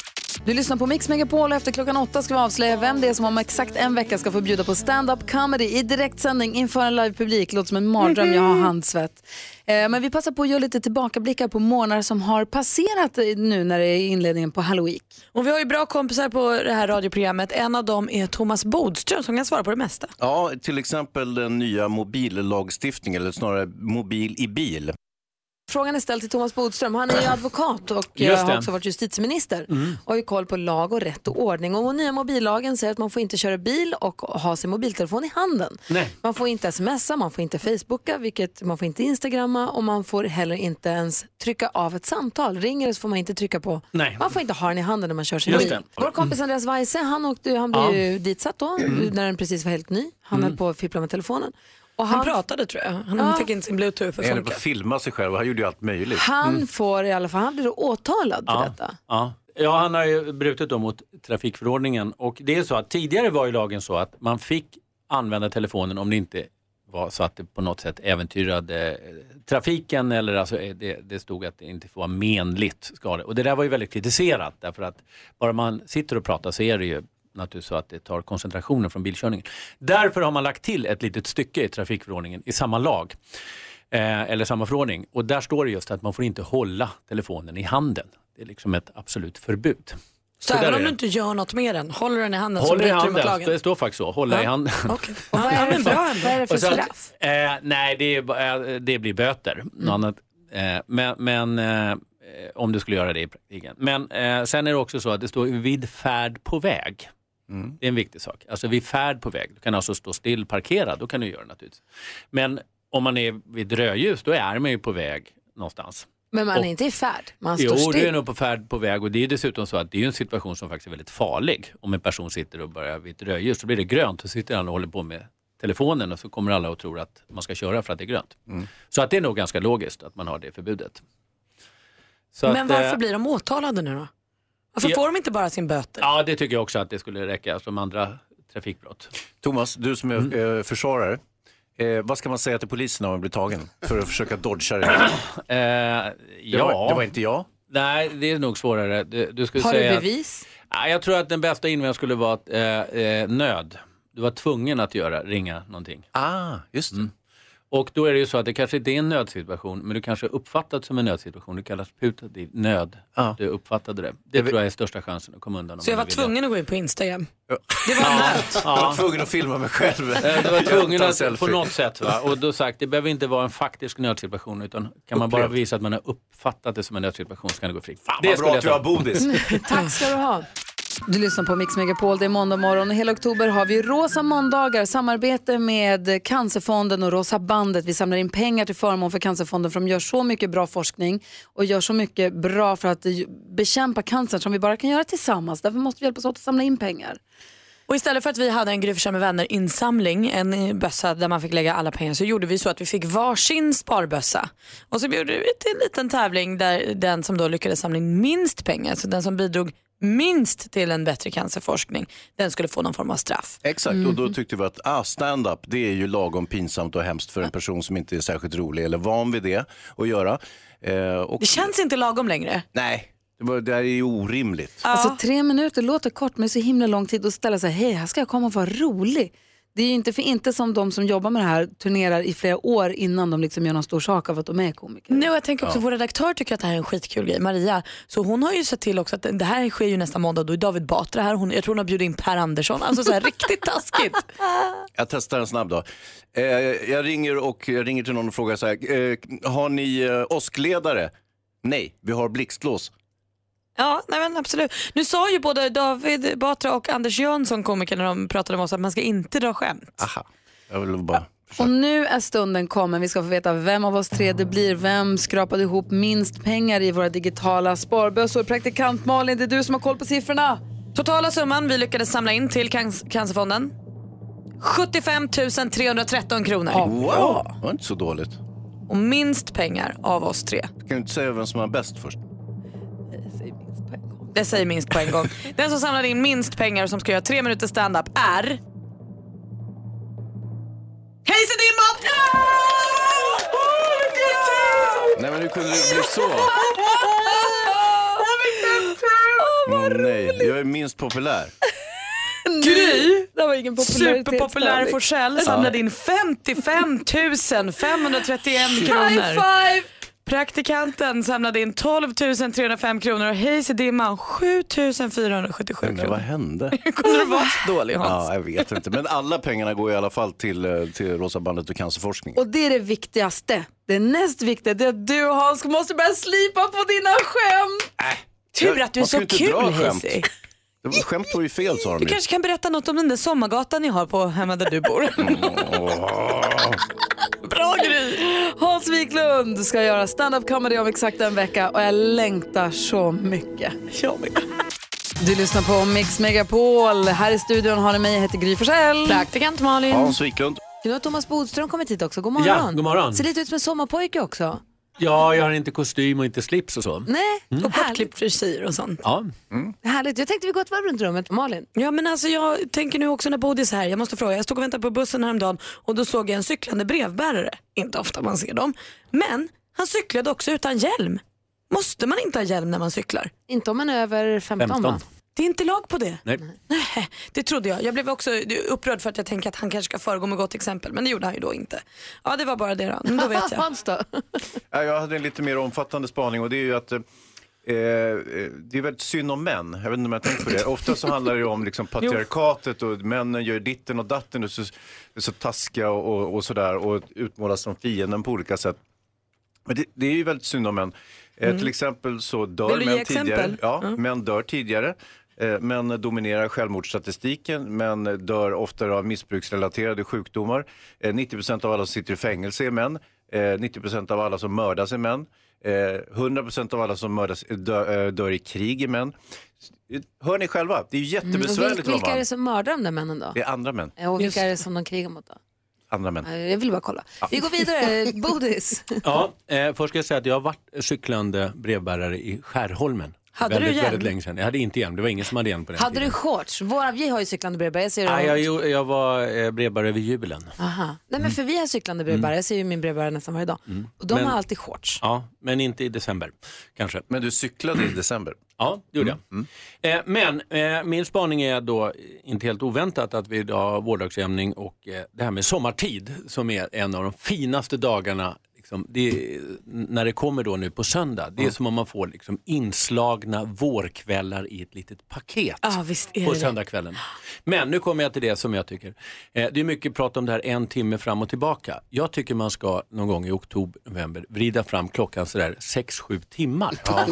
Du lyssnar på Mix Megapol och efter klockan åtta ska vi avslöja vem det är som om exakt en vecka ska få bjuda på stand-up comedy i direktsändning inför en live-publik. Låter som en mardröm, jag har handsvett. Eh, men vi passar på att göra lite tillbakablickar på månader som har passerat nu när det är inledningen på Halloween. Och vi har ju bra kompisar på det här radioprogrammet. En av dem är Thomas Bodström som kan svara på det mesta. Ja, till exempel den nya mobillagstiftningen, eller snarare mobil i bil. Frågan är ställd till Thomas Bodström. Han är ju advokat och har också varit justitieminister. Mm. Och har ju koll på lag och rätt och ordning. Och nya mobillagen säger att man får inte köra bil och ha sin mobiltelefon i handen. Nej. Man får inte smsa, man får inte facebooka, vilket man får inte instagramma. Och man får heller inte ens trycka av ett samtal. Ringer det så får man inte trycka på. Nej. Man får inte ha den i handen när man kör sin Just bil. Det. Vår kompis Andreas Weise, han, åkte, han blev ja. ju ditsatt då. Mm. När den precis var helt ny. Han mm. höll på att fippla med telefonen. Och han, han pratade tror jag. Han ja. fick inte sin bluetooth för funka. Han filmade sig själv och han gjorde ju allt möjligt. Han mm. får i alla fall, han blir då åtalad för ja. detta. Ja. ja, han har ju brutit då mot trafikförordningen. Och det är så att tidigare var ju lagen så att man fick använda telefonen om det inte var så att det på något sätt äventyrade trafiken eller alltså det, det stod att det inte får vara menligt skade. Och det där var ju väldigt kritiserat därför att bara man sitter och pratar så är det ju naturligtvis så att det tar koncentrationen från bilkörningen. Därför har man lagt till ett litet stycke i trafikförordningen i samma lag. Eh, eller samma förordning. Och där står det just att man får inte hålla telefonen i handen. Det är liksom ett absolut förbud. Så, så även om du inte gör något med den, håller den i handen håller så i handen, det står faktiskt så. Hålla ja. i handen. Okay. Och vad är det för, vad är det för straff? Eh, nej, det, är, det blir böter. Mm. Annat, eh, men... men eh, om du skulle göra det i praktiken. Men eh, sen är det också så att det står vid färd på väg. Mm. Det är en viktig sak. Alltså vid färd på väg. Du kan alltså stå still parkerad. Då kan du göra det naturligtvis. Men om man är vid rödljus då är man ju på väg någonstans. Men man och, är inte i färd. Man står jo, still. Jo, du är nog på färd på väg. Och det är dessutom så att det är en situation som faktiskt är väldigt farlig. Om en person sitter och börjar vid ett rödljus så blir det grönt. Så sitter han och håller på med telefonen och så kommer alla att tro att man ska köra för att det är grönt. Mm. Så att det är nog ganska logiskt att man har det förbudet. Så men att, varför äh, blir de åtalade nu då? Varför ja, får de inte bara sin böter? Ja, det tycker jag också att det skulle räcka som andra trafikbrott. Thomas, du som är mm. eh, försvarare. Eh, vad ska man säga till polisen om man blir tagen för att försöka dodga det? eh, ja. det, var, det var inte jag. Nej, det är nog svårare. Du, du skulle Har säga du bevis? Att, jag tror att den bästa invändningen skulle vara att, eh, eh, nöd. Du var tvungen att göra, ringa någonting. Ah, just det. Mm. Och då är det ju så att det kanske inte är en nödsituation, men du kanske uppfattat som en nödsituation. Det kallas putativ nöd. Ja. Du uppfattade det. Det jag tror jag är största chansen att komma undan. Så jag var tvungen att gå in på Instagram? Ja. Det var ja. nöd. Ja. Jag var tvungen att filma mig själv. Du var tvungen att på något sätt. Va? Och då sagt, det behöver inte vara en faktisk nödsituation, utan kan man bara visa att man har uppfattat det som en nödsituation så kan det gå fritt. Fan, det vad bra att du har bodis. Tack ska du ha. Du lyssnar på Mix Megapol, det är måndag morgon och hela oktober har vi Rosa måndagar, samarbete med Cancerfonden och Rosa bandet. Vi samlar in pengar till förmån för Cancerfonden för de gör så mycket bra forskning och gör så mycket bra för att bekämpa cancer som vi bara kan göra tillsammans. Därför måste vi hjälpas åt att samla in pengar. Och istället för att vi hade en Gry Forssell med vänner insamling, en bössa där man fick lägga alla pengar, så gjorde vi så att vi fick varsin sparbössa. Och så gjorde vi till en liten tävling där den som då lyckades samla in minst pengar, så den som bidrog minst till en bättre cancerforskning, den skulle få någon form av straff. Exakt, mm. och då tyckte vi att ah, stand-up, det är ju lagom pinsamt och hemskt för en person som inte är särskilt rolig eller van vid det att göra. Eh, och... Det känns inte lagom längre. Nej. Det, var, det är ju orimligt. Ja. Alltså tre minuter låter kort men så himla lång tid att ställa sig, hej här ska jag komma och vara rolig. Det är ju inte för inte som de som jobbar med det här turnerar i flera år innan de liksom gör någon stor sak av att de är komiker. Nu jag tänker också, ja. Vår redaktör tycker att det här är en skitkul grej, Maria. Så hon har ju sett till också att det här sker ju nästa måndag, då är David Batra här. Hon, jag tror hon har bjudit in Per Andersson. Alltså så här riktigt taskigt. Jag testar en snabb då. Eh, jag ringer och jag ringer till någon och frågar så här, eh, har ni eh, åskledare? Nej, vi har blixtlås. Ja, nej men absolut. Nu sa ju både David Batra och Anders Jönsson, komiker, när de pratade om oss att man ska inte dra skämt. Aha, jag vill bara... Och nu är stunden kommen. Vi ska få veta vem av oss tre det blir. Vem skrapade ihop minst pengar i våra digitala sparbössor? Praktikant Malin, det är du som har koll på siffrorna. Totala summan vi lyckades samla in till can- Cancerfonden sjuttiofem tusen trehundratretton kronor. Oh, wow, det var inte så dåligt. Och minst pengar av oss tre. Kan du inte säga vem som är bäst först? Det säger minst på en gång. Den som samlar in minst pengar som ska göra tre minuter stand-up är... Hej Sedimot! Ja! Nej men hur kunde det bli så? Oh vad mm, nej, jag är minst populär. Gry, det var ingen superpopulär Forsell samlade in femtiofem tusen femhundratrettioen kronor. High five! Praktikanten samlade in tolv tusen trehundrafem kronor och Hayes i dimman sju tusen fyrahundrasjuttiosju kronor. Men vad hände? Kunde du vara så dålig, Hans? Ja, jag vet inte. Men alla pengarna går i alla fall till, till Rosa bandet och cancerforskning. Och det är det viktigaste. Det näst viktigaste är att du och Hans måste börja slipa på dina skämt. Äh, Tur att du är så kul, Hayes. Det var, skämt var ju fel, sa de. Du kanske kan berätta något om den där sommargatan ni har på hemma där du bor. Bra Gry! Hans Wiklund ska göra stand-up comedy om exakt en vecka och jag längtar så mycket. Jag med. Du lyssnar på Mix Megapol. Här i studion har ni mig, jag heter Gry Forssell. Praktikant Malin. Hans Wiklund. Nu har Thomas Bodström kommit hit också. God morgon. Ja, god morgon. Ser lite ut som en sommarpojke också. Ja, jag har inte kostym och inte slips och så. Nej, mm. och kortklippt frisyr och sånt. Ja. Mm. Härligt. Jag tänkte vi går ett varv runt rummet. Malin? Ja, men alltså jag tänker nu också när Bodis här. Jag måste fråga. Jag stod och väntade på bussen häromdagen och då såg jag en cyklande brevbärare. Inte ofta man ser dem. Men han cyklade också utan hjälm. Måste man inte ha hjälm när man cyklar? Inte om man är över femton, femton. Va? Det är inte lag på det? Nej. Nej, det trodde jag. Jag blev också upprörd för att jag tänkte att han kanske ska föregå med gott exempel. Men det gjorde han ju då inte. Ja, det var bara det då. Men då vet jag. Hans då? Ja, jag hade en lite mer omfattande spaning och det är ju att eh, det är väldigt synd om män. Jag vet inte om jag tänkt på det. Ofta så handlar det om liksom patriarkatet och männen gör ditten och datten och så, så taskiga och, och, och sådär och utmålas som fienden på olika sätt. Men det, det är ju väldigt synd om män. Eh, Mm. Till exempel så dör män tidigare. Ja, mm. Män dör tidigare. Eh, män dominerar självmordsstatistiken. Män dör ofta av missbruksrelaterade sjukdomar. Eh, nittio procent av alla som sitter i fängelse är män. Eh, nittio procent av alla som mördas är män. Eh, hundra procent av alla som mördas dör, dör i krig är män. Hör ni själva? Det är ju jättebesvärligt mm. att vilka, vilka är det som mördar de där männen då? Det är andra män. Och vilka är det som de krigar mot då? Andra män. Jag vill bara kolla. Ja. Vi går vidare. Bodis. Ja, eh, först ska jag säga att jag har varit cyklande brevbärare i Skärholmen. Hade väldigt, du hjälm? väldigt länge sedan. Jag hade inte hjälm, det var ingen som hade hjälm på den Hade tiden. du shorts? Våra, vi har ju cyklande brevbärare. Jag, ser ah, jag, jag var eh, brevbärare vid jubilen. Aha. Nej, men för vi har cyklande brevbärare. Mm. Jag ser ju min brevbärare nästan varje dag. Mm. Och de men, har alltid shorts. Ja, men inte i december kanske. Men du cyklade i december? Ja, det gjorde mm. jag. Mm. Eh, men eh, min spaning är då inte helt oväntat att vi idag har vårdagsjämning och eh, det här med sommartid som är en av de finaste dagarna. Liksom, det är, när det kommer då nu på söndag, det är mm. som om man får liksom inslagna vårkvällar i ett litet paket ah, visst är på det. söndagskvällen. Men nu kommer jag till det som jag tycker. Eh, det är mycket prat om det här en timme fram och tillbaka. Jag tycker man ska någon gång i oktober, november vrida fram klockan sådär sex sju timmar. Ja.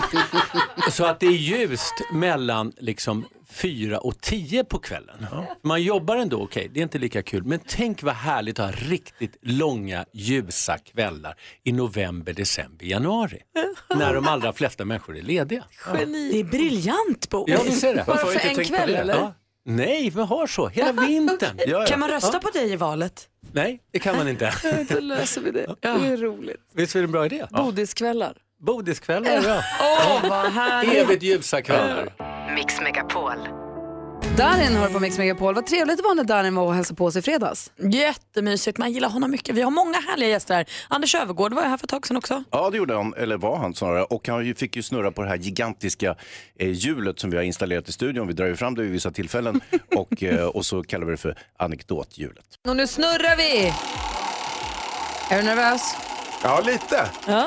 Så att det är ljust mellan liksom fyra och tio på kvällen. Ja. Man jobbar ändå okej, okay. Det är inte lika kul. Men tänk vad härligt att ha riktigt långa, ljusa kvällar i november, december, januari. När de allra flesta människor är lediga. Geni. Ja. Det är briljant, Bo. Ja, vi ser det. Bara för en kväll, eller? Ja. Nej, vi har så. Hela vintern. Ja, ja. Kan man rösta ja. på dig i valet? Nej, det kan man inte. Då löser vi det. Ja. Det är roligt. Visst är det en bra idé? Bodiskvällar. Bodiskvällar, ja. Åh, oh, vad härligt. Evigt ljusa kvällar. Mix Megapol. Darin hör på Mix Megapol. Vad trevligt det var när Darin var och hälsade på sig i fredags. Jättemysigt, man gillar honom mycket. Vi har många härliga gäster här. Anders Övergård var här för ett tag sedan också. Ja, det gjorde han, eller var han snarare. Och han fick ju snurra på det här gigantiska eh, hjulet som vi har installerat i studion. Vi drar ju fram det vid vissa tillfällen och, eh, och så kallar vi det för anekdothjulet. Och nu snurrar vi! Är du nervös? Ja, lite. Ja.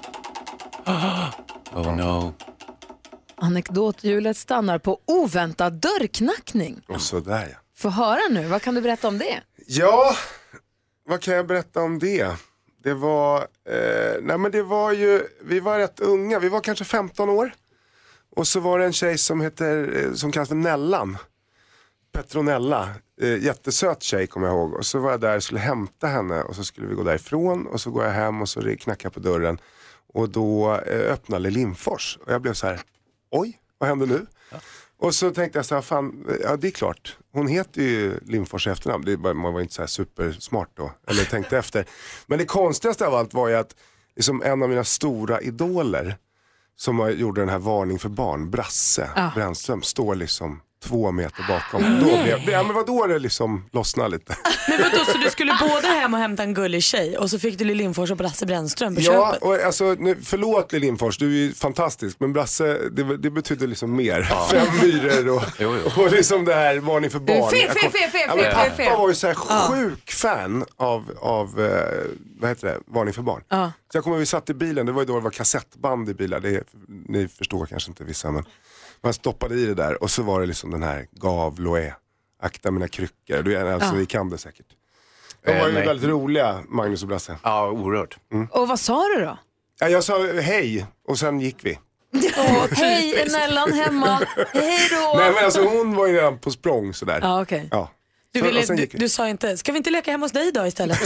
Oh no. Anekdothjulet stannar på oväntad dörrknackning. Och så där, ja. Få höra nu, vad kan du berätta om det? Ja, vad kan jag berätta om det? Det var, eh, nej men det var ju, vi var rätt unga, vi var kanske femton år. Och så var det en tjej som heter, som kallas för Nellan. Petronella, eh, jättesöt tjej kommer jag ihåg. Och så var jag där och skulle hämta henne och så skulle vi gå därifrån. Och så går jag hem och så knackar jag på dörren. Och då eh, öppnade Lindfors. Och jag blev så här, oj, vad händer nu? Ja. Och så tänkte jag så här, fan, ja det är klart. Hon heter ju Lindfors i efternamn. Det bara, man var inte så här supersmart då. Eller tänkte efter. Men det konstigaste av allt var ju att liksom en av mina stora idoler som gjorde den här varning för barn, Brasse ah. Brännström, står liksom två meter bakom. Då blev, ja, men vad då det liksom lossnade lite. Men vadå, så du skulle både hem och hämta en gullig tjej och så fick du Lill Lindfors och Brasse Brännström på Ja, köpet? och alltså, nu, förlåt Lill Lindfors, du är ju fantastisk, men Brasse, det, det betyder liksom mer. Ja. Fem myror och, jo, jo. och liksom det här varning för barn. Fel, fel, fel, fel, ja, men fel, pappa fel. var ju så här sjuk fan av, av eh, vad heter det, varning för barn. Ja. Så jag kommer vi satt i bilen, det var ju då det var kassettband i bilar, det är, ni förstår kanske inte vissa, men man stoppade i det där och så var det liksom den här gav, loé, akta mina kryckor, du, alltså Ja. ni kan det säkert. De var ju nej. väldigt roliga, Magnus och Brasse. Ja, oerhört. Mm. Och vad sa du då? Ja, jag sa hej och sen gick vi. Åh, hej emellan hemma. Hej då. Nej men alltså hon var ju redan på språng sådär. Ja, okej. Ja. Du, Så- ville, och sen du, gick vi. du sa inte, ska vi inte leka hemma hos dig idag istället?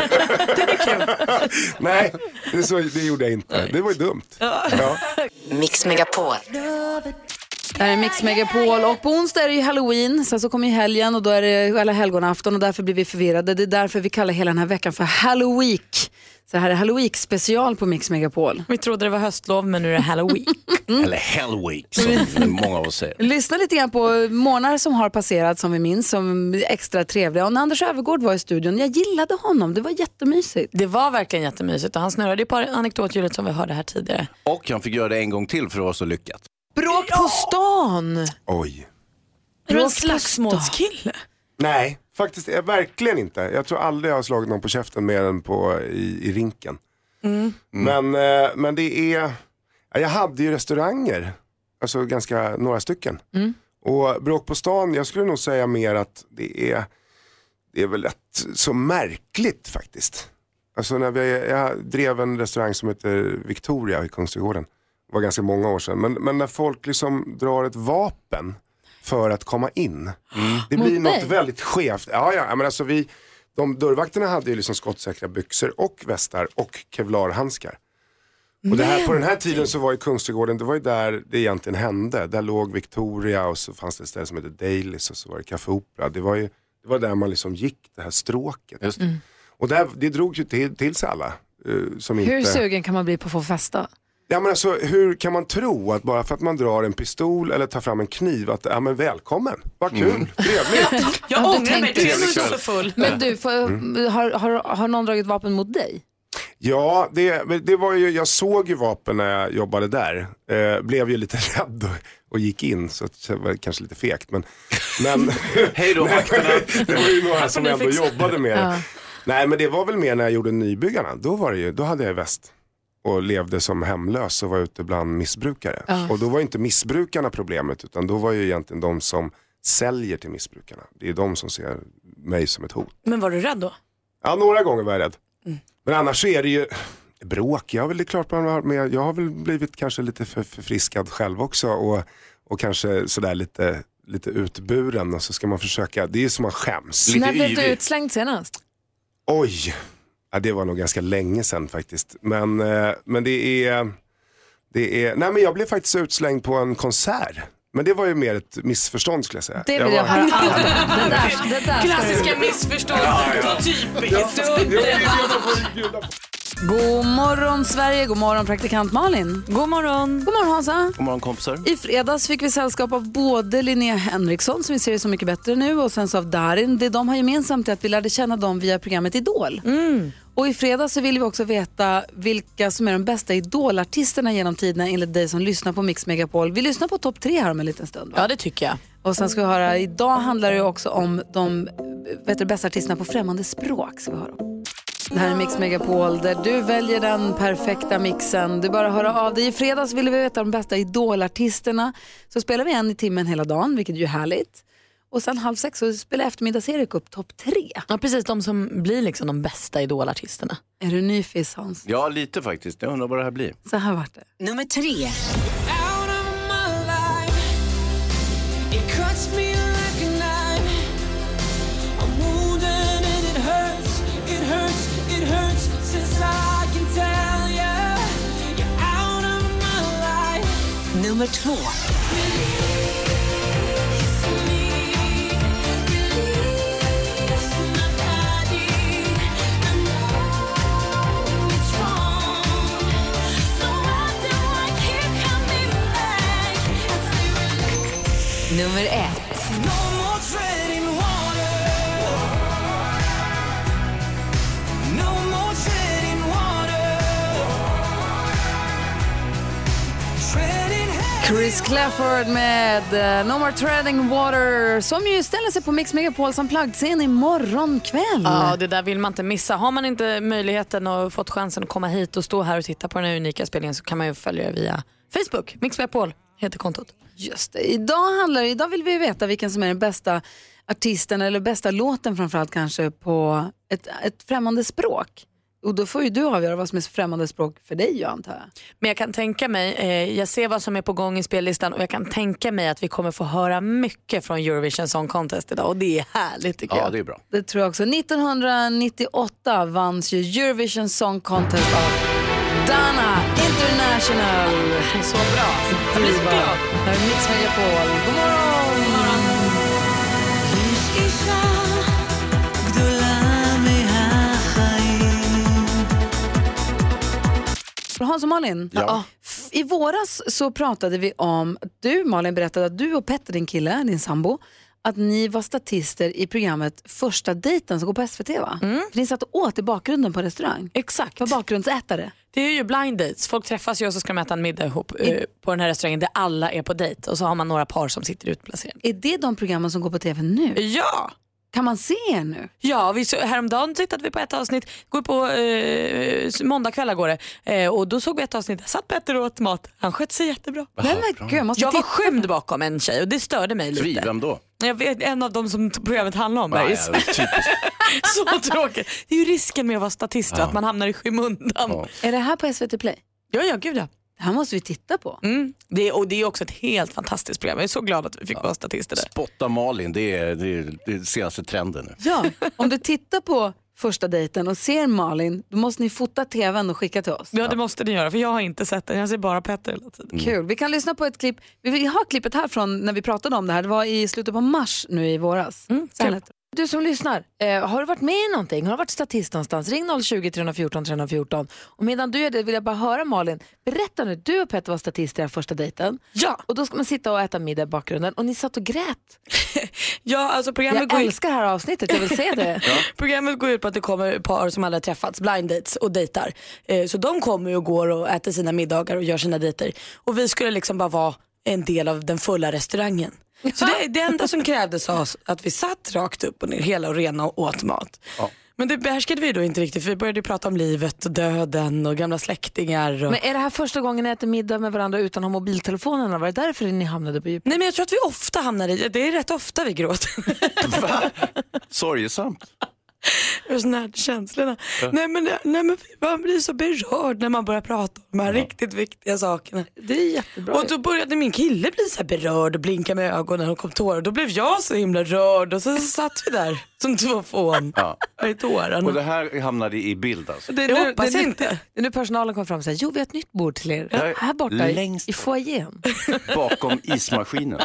Nej, det, så, det gjorde jag inte. Det var ju dumt. Ja. Mix Megapol. Det här är Mix Megapol och på onsdag är det ju Halloween, sen så kommer ju helgen och då är det alla helgonafton och därför blir vi förvirrade. Det är därför vi kallar hela den här veckan för Halloween. Så här är Halloween special på Mix Megapol. Vi trodde det var höstlov men nu är det Halloween. Eller Hellweek som många av oss säger. Lyssna lite grann på månader som har passerat som vi minns som extra trevliga. Och när Anders Övergård var i studion, jag gillade honom, det var jättemysigt. Det var verkligen jättemysigt och han snurrade ju på anekdothjulet som vi hörde här tidigare. Och han fick göra det en gång till för att vara så lyckat. Bråk på stan! Oj. Är du en Bråk på slagsmålskille? Nej, faktiskt är verkligen inte. Jag tror aldrig jag har slagit någon på käften mer än på, i, i rinken. Mm. Men, eh, men det är, ja, jag hade ju restauranger, alltså ganska några stycken. Mm. Och bråk på stan, jag skulle nog säga mer att det är, det är väl rätt så märkligt faktiskt. Alltså när vi, jag drev en restaurang som heter Victoria i Kungsträdgården. Det var ganska många år sedan. Men, men när folk liksom drar ett vapen för att komma in. Mm. Det blir Mot något dig? väldigt skevt. Ja, ja, men alltså vi, de dörrvakterna hade ju liksom skottsäkra byxor och västar och kevlarhandskar. Och det här, på den här tiden så var ju Kungsträdgården, det var ju där det egentligen hände. Där låg Victoria och så fanns det ett ställe som heter Dailys och så var det Café Opera. Det var ju det var där man liksom gick, det här stråket. Just. Mm. Och där, det drog ju till, till sig alla. Uh, som Hur inte... sugen kan man bli på att få festa? Ja, men alltså, hur kan man tro att bara för att man drar en pistol eller tar fram en kniv att, ja men välkommen, vad kul, Mm. trevligt. Jag Ja, du ångrar mig, tänkte- du är så, så full. Men du, får, har, har, har någon dragit vapen mot dig? Ja, det, det var ju, jag såg ju vapen när jag jobbade där. Eh, blev ju lite rädd och, och gick in, så det var kanske lite fegt. Men, men Hej då vakterna. det var ju några som ändå fixa. jobbade med det. Ja. Nej, men det var väl mer när jag gjorde Nybyggarna. Då, var det ju, då hade jag väst och levde som hemlös och var ute bland missbrukare. Ja. Och då var inte missbrukarna problemet, utan då var ju egentligen de som säljer till missbrukarna. Det är de som ser mig som ett hot. Men var du rädd då? Ja, några gånger var jag rädd. Mm. Men annars så är det ju bråk. Jag har väl det är klart man har med. Jag har väl blivit kanske lite för, förfriskad själv också. Och, och kanske sådär lite, lite utburen. Och så ska man försöka, det är som man skäms. Lite När blev du yvig. utslängd senast? Oj, ja, det var nog ganska länge sedan faktiskt. Men, eh, men det är, det är, nej men jag blev faktiskt utslängd på en konsert. Men det var ju mer ett missförstånd skulle jag säga. Det vill jag var... höra allt om. Det där, det där ska Klassiska du... missförstånd, typiskt. God morgon Sverige, god morgon praktikant Malin. God morgon. God morgon Hansa. God morgon kompisar. I fredags fick vi sällskap av både Linnea Henriksson som vi ser Så mycket bättre nu och sen så av Darin. Det de har gemensamt är att vi lärde känna dem via programmet Idol. Mm. Och i fredags så vill vi också veta vilka som är de bästa idolartisterna genom tiderna enligt dig som lyssnar på Mix Megapol. Vi lyssnar på topp tre här om en liten stund. Va? Ja, det tycker jag. Och sen ska vi höra, idag handlar det också om de vet du, bästa artisterna på främmande språk. Ska vi höra om. Det här är Mix Megapol där du väljer den perfekta mixen. Du bara hör av dig. I fredags ville vi veta de bästa idolartisterna. Så spelar vi en i timmen hela dagen, vilket är ju härligt. Och sen halv sex så spelar eftermiddags-Erik upp topp tre. Ja, precis. De som blir liksom de bästa idolartisterna. Är du nyfiken, Hans? Ja, lite faktiskt. Jag undrar vad det här blir. Så här vart det. Nummer tre. Nummer två. Nummer ett. Chris Clafford med uh, No More Treading Water, som ju ställer sig på Mix Megapols Unplugged-scen imorgon kväll. Ja, det där vill man inte missa. Har man inte möjligheten och fått chansen att komma hit och stå här och titta på den här unika spelningen, så kan man ju följa via Facebook. Mix Megapol heter kontot. Just det. Idag, handlar, idag vill vi veta vilken som är den bästa artisten eller bästa låten, framförallt kanske på ett, ett främmande språk. Och då får ju du avgöra vad som är främmande språk för dig, jag antar jag. Men jag kan tänka mig, eh, jag ser vad som är på gång i spellistan och jag kan tänka mig att vi kommer få höra mycket från Eurovision Song Contest idag, och det är härligt tycker jag. Ja, det är bra. Det tror jag också. nittonhundranittioåtta vanns ju Eurovision Song Contest av Dana International. Det är så bra. Jag blir så glad. Det här är Mix Megapol. God morgon! God morgon! Hans och Malin, ja. I våras så pratade vi om, du Malin berättade att du och Petter, din kille, din sambo, att ni var statister i programmet Första dejten som går på S V T, va? Mm. För ni satt och åt i bakgrunden på restaurang. Exakt. För bakgrundsätare. Det är ju blind dates. Folk träffas ju och så ska de äta en middag ihop I... eh, på den här restaurangen där alla är på dejt. Och så har man några par som sitter utplacerade. Är det de programmen som går på tv nu? Ja! Kan man se er nu? Ja, vi så, häromdagen tittade vi på ett avsnitt. Går på eh, måndagkvällar går det. Eh, och då såg vi ett avsnitt. Jag satt Petter och åt mat. Han sköt sig jättebra. Nej, men gud, jag måste jag var titta. skymd bakom en tjej och det störde mig lite. Vem då? Jag vet, en av dem som programmet handlar om. Ja, ja, så tråkigt. Det är ju risken med att vara statist, ja. Att man hamnar i skymundan. Ja. Är det här på S V T Play? Ja, ja, gud ja. Det här måste vi titta på. Mm. Det är, och det är också ett helt fantastiskt program. Jag är så glad att vi fick ja. vara statister där. Spotta Malin, det är, det är det senaste trenden nu. Ja, om du tittar på Första dejten och ser Malin, då måste ni fota tvn och skicka till oss. Ja, det måste ni göra, för jag har inte sett den. Jag ser bara Petter hela tiden. Mm. Kul, vi kan lyssna på ett klipp. Vi har klippet här från när vi pratade om det här. Det var i slutet på mars nu i våras. Mm, du som lyssnar, eh, har du varit med i någonting? Har du varit statist någonstans? Ring noll tjugo, tre fjorton, tre fjorton. Och medan du gör det vill jag bara höra Malin. Berätta nu, du och Petter var statister i den första dejten. Ja. Och då ska man sitta och äta middag i bakgrunden. Och ni satt och grät. Ja, alltså programmet jag går älskar det här avsnittet, jag vill se det. Ja. Programmet går ut på att det kommer par som aldrig träffats, blind dates och dejtar. Eh, så de kommer och går och äter sina middagar och gör sina dejter. Och vi skulle liksom bara vara en del av den fulla restaurangen. Så det, det enda som krävdes av oss att vi satt rakt upp och ner hela och rena och åt mat. Ja. Men det behärskade vi då inte riktigt, för vi började prata om livet och döden och gamla släktingar. Och... Men är det här första gången ni äter middag med varandra utan att ha mobiltelefonerna? Var det därför ni hamnade på djupet? Nej, men jag tror att vi ofta hamnar i, det är rätt ofta vi gråter. Va? Sorgesamt. Jag är så nära känslorna. Ja. Nej, men, nej men man blir så berörd när man börjar prata om de här ja. riktigt viktiga sakerna. Det är jättebra. Och då började min kille bli så här berörd och blinka med ögonen och kom tårar. Då blev jag så himla rörd och så satt vi där som två fån ja. i tårarna. Och det här hamnade i bild alltså? Det, det hoppas det, jag inte. Det, nu personalen kom fram och sa, jo vi har ett nytt bord till er. Ja, här borta längst i foajén. Bakom ismaskinen.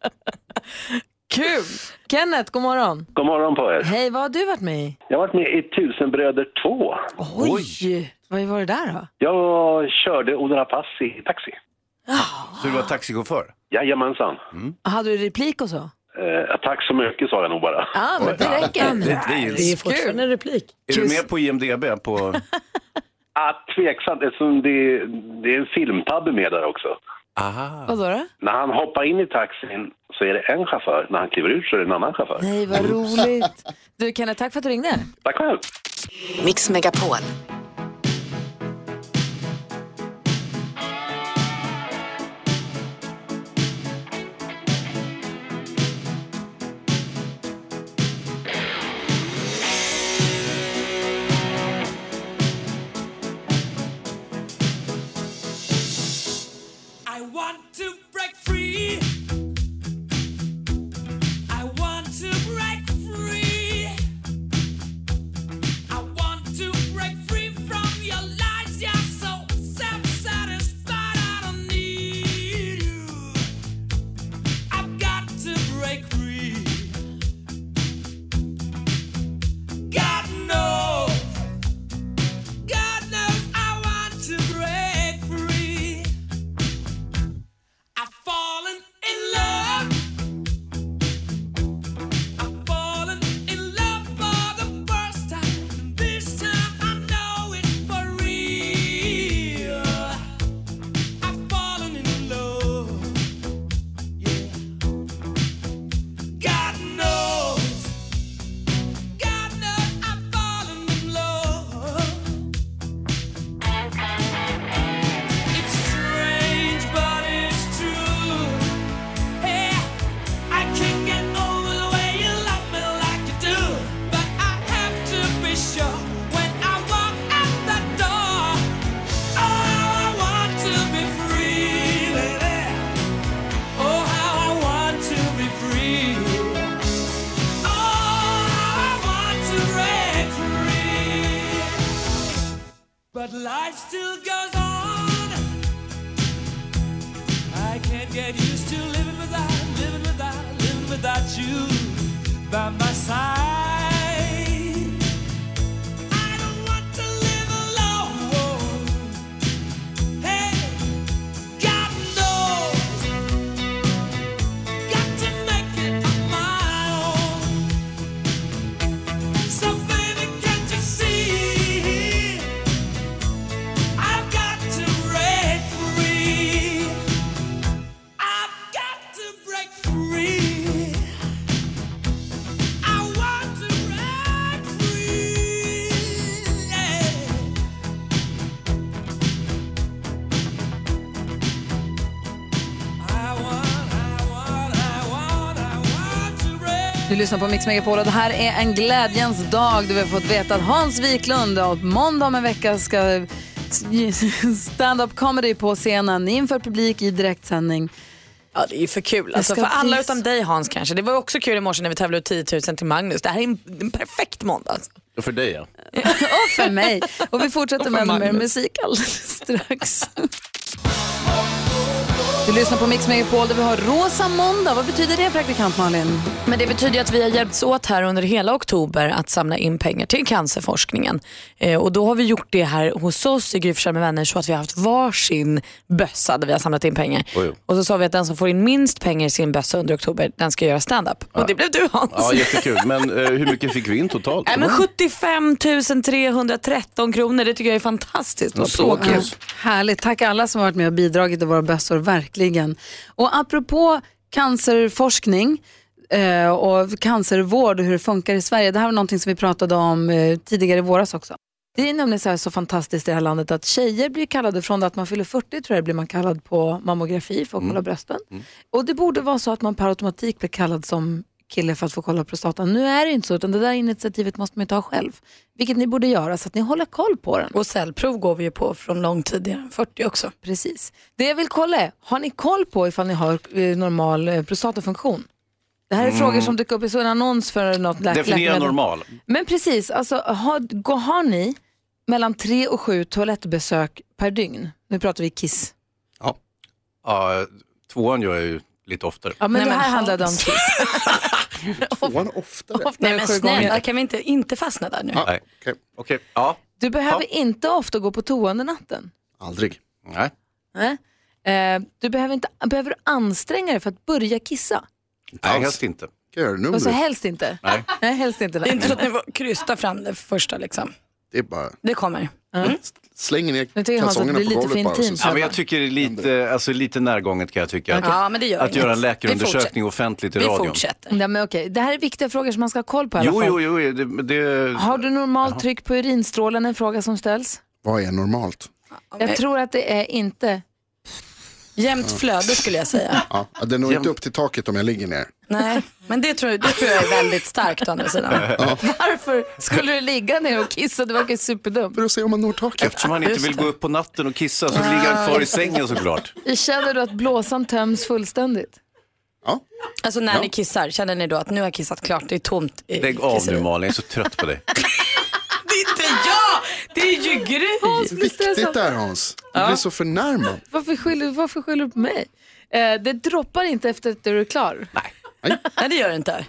Kul! Kenneth, god morgon. God morgon på er. Hej, vad har du varit med i? Jag har varit med i Tusen bröder två. Oj! Oj. Vad var det där då? Jag körde Odenna Pass i taxi. Oh. Så du var taxichaufför? Jajamensan. Mm. Hade du replik och så? Eh, tack så mycket sa jag nog bara. Ja, men det räcker. Det, det, det, är, det är fortfarande en replik. Är du med på I M D B? På... ah, tveksamt, eftersom det, det är en filmtabbe med där också. Aha. Vad då? När han hoppar in i taxin så är det en chaufför. När han kliver ut så är det en annan chaufför. Nej, vad roligt. Du, Kenneth, tack för att du ringde. Tack själv. Mix Megapol. Fallen in get used to living without, living without, living without you by my side. I don't want to live alone. Hey, God knows, got to make it on my own. So baby, can't you see? I've got to break free. I've got to break free. I want to break free. Yeah. I want, I want, I want, I want to break. Du lyssnar på Mix Megapol och det här är en glädjens dag. Du har fått veta att Hans Wiklund och måndag om en vecka ska stand-up comedy på scenen inför publik i direktsändning. Ja, det är ju för kul. Alltså, för alla utom dig, Hans, kanske. Det var också kul i morse när vi tävlade ut tio tusen till Magnus. Det här är en, en perfekt måndag. Alltså. Och för dig, ja. Och för mig. Och vi fortsätter Och med för mer Magnus. musik alldeles strax. Du lyssnar på Mix Megapol där vi har Rosa måndag. Vad betyder det, praktikant Malin? Men det betyder att vi har hjälpts åt här under hela oktober att samla in pengar till cancerforskningen. Eh, och då har vi gjort det här hos oss i Gry Forssell med vänner så att vi har haft varsin bössa där vi har samlat in pengar. Oj. Och så sa vi att den som får in minst pengar i sin bössa under oktober, den ska göra stand-up. Ja. Och det blev du, Hans. Ja, jättekul. Men eh, hur mycket fick vi in totalt? Nej, men sjuttiofem tusen trehundratretton kronor, det tycker jag är fantastiskt. Och så kul. Härligt, tack alla som har varit med och bidragit till våra bössor, verkligen. Och apropå cancerforskning eh, och cancervård och hur det funkar i Sverige, det här var någonting som vi pratade om eh, tidigare i våras också. Det är nämligen så här så fantastiskt i det här landet att tjejer blir kallade från att man fyller fyrtio, tror jag blir man kallad på mammografi för att kolla Mm. brösten. Mm. Och det borde vara så att man per automatik blir kallad som kille för att få kolla prostatan. Nu är det inte så, utan det där initiativet måste man ju ta själv. Vilket ni borde göra så att ni håller koll på den. Och cellprov går vi ju på från lång tidigare än fyrtio också. Precis. Det jag vill kolla är, har ni koll på ifall ni har eh, normal eh, prostatafunktion? Det här är Mm. frågor som dyker upp i så en annons för något lä- Definiera läkemedel. normal. Men precis, alltså har, går- har ni mellan tre och sju toalettbesök per dygn? Nu pratar vi kiss. Ja. Ja, tvåan gör jag ju lite oftare. Ja, men Nej, det men här Hans. handlade om kiss. Tvåan oftare. Nej, men sju gånger. snälla, kan vi inte, inte fastna där nu? Ja. Nej. Okej. Okej. Ja. Du behöver inte ofta gå på toa under natten. Aldrig. Nej. Nej. Eh, du behöver inte behöver du anstränga dig för att börja kissa. Nej, helst inte. Och så helst inte. Nej. Nej, helst inte. Det är inte så att ni får krysta fram det första liksom. Det är bara... Det kommer. Mm. Slänger ner Nu tycker Hans att det kalsongerna blir på lite för golvet bara. intimt. Ja, men jag tycker det är lite, alltså, lite närgånget kan jag tycka. Okej. Ja, men det gör att inget. göra en Vi läkarundersökning fortsätter. offentligt i Vi radion. fortsätter. Nej, men okej. Det här är viktiga frågor som man ska ha koll på i alla Jo, fall. jo, jo. Det, det... Har du normalt tryck på urinstrålen? En fråga som ställs. Vad är normalt? Jag tror att det är inte... Jämnt flöde skulle jag säga. Ja, det når inte upp till taket om jag ligger ner. Nej, men det tror, jag, det tror jag är väldigt starkt å andra sidan. Ja. Varför skulle du ligga ner och kissa? Det verkar superdumt. För att se om man når taket. Eftersom han inte Just vill det. gå upp på natten och kissa så ligger han kvar i sängen såklart. Känner du att blåsan töms fullständigt? Ja. Alltså när Ja. ni kissar, känner ni då att nu har jag kissat klart, det är tomt i Lägg av nu kisseriet? Malin, jag är så trött på dig. Det är inte jag! Det är ju Gry! Viktigt där, Hans. Du Ja. blir så förnärmad. Varför skyller, varför skyller du på mig? Eh, det droppar inte efter att du är klar. Nej, det gör det inte.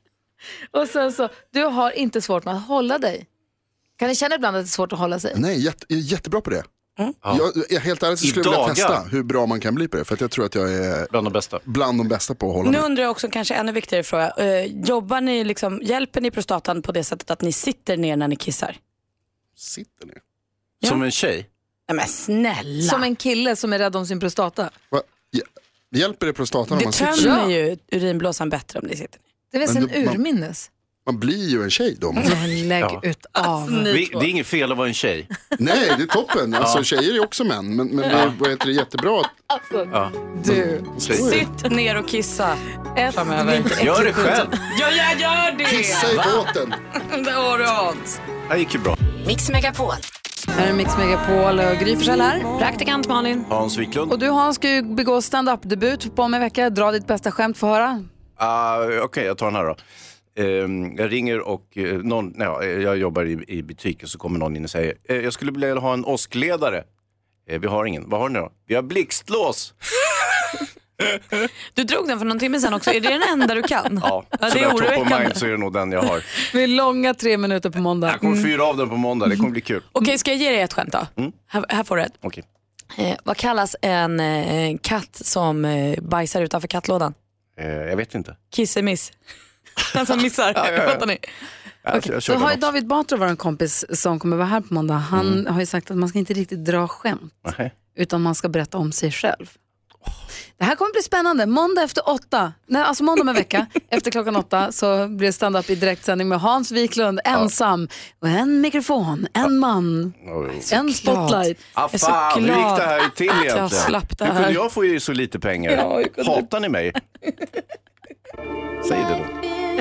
Och sen så, du har inte svårt med att hålla dig. Kan ni känna ibland att det är svårt att hålla sig? Nej, jätte, jag är jättebra på det. Mm. Jag, jag, helt ärligt så I skulle jag vilja dagar. testa hur bra man kan bli på det. För att jag tror att jag är Bland de bästa. bland de bästa på att hålla Nu mig. undrar jag också kanske ännu viktigare fråga. Eh, jobbar ni liksom, hjälper ni prostatan på det sättet att ni sitter ner när ni kissar? Sitter ner. Som en tjej? Nej men snälla. Som en kille som är rädd om sin prostata. Va? Hj- Hjälper det prostatan om Det man sitter tömmer ner? ju urinblåsan bättre om ni sitter ner. Det är väl Men sen du- man- urminnes. Man blir ju en tjej då. Men lägg Ja. ut av. Vi, det är inget fel att vara en tjej. Nej, det är toppen. Alltså, Ja. tjejer är också män. Men, men det, vad heter det, jättebra att... Alltså, Ja. du. Så är det. Sitt ner och kissa Ett, framöver. Gör det själv. Ja, jag gör det! Kissa i båten. Det har du Hans. Det gick ju bra. Mix Megapol. Här är Mix Megapol och Gry Forssell här. Praktikant Malin. Hans Wiklund. Och du Hans ska ju begå stand-up-debut på om en vecka. Dra ditt bästa skämt, få höra. Uh, Okej, jag tar den här då. Ehm, jag ringer och uh, någon, nej, jag jobbar i, i butik och så kommer någon in och säger eh, jag skulle vilja ha en åskledare. Eh, vi har ingen. Vad har ni då? Vi har blixtlås. Du drog den för någon timme sedan också. Är det den enda du kan? Ja, ja så det är top of oroväckande. mind så är det nog den jag har. Vi är långa tre minuter på måndag. Jag kommer fyra av den på måndag, det kommer bli kul. Okej, okay, ska jag ge dig ett skämt då? Mm. Här, här får du ett. Okay. Eh, vad kallas en eh, katt som eh, bajsar utanför kattlådan? Eh, jag vet inte. Kissemiss. Den som missar. ja, ja, ja. Fattar ni? Ja, okay. jag Så har ju också. David Batra, vår kompis som kommer vara här på måndag. Han Mm. har ju sagt att man ska inte riktigt dra skämt. Nej. Utan man ska berätta om sig själv. Det här kommer bli spännande. Måndag efter åtta, nej, alltså måndag om en vecka, efter klockan åtta så blir det stand-up i direktsändning med Hans Wiklund, ensam. Och en mikrofon, en man, Oj. en spotlight. Ah, fan, hur gick det här till egentligen? Jag slapp det här. Hur kunde jag få ju så lite pengar? Ja, kunde... Hatar ni mig? Säg det då.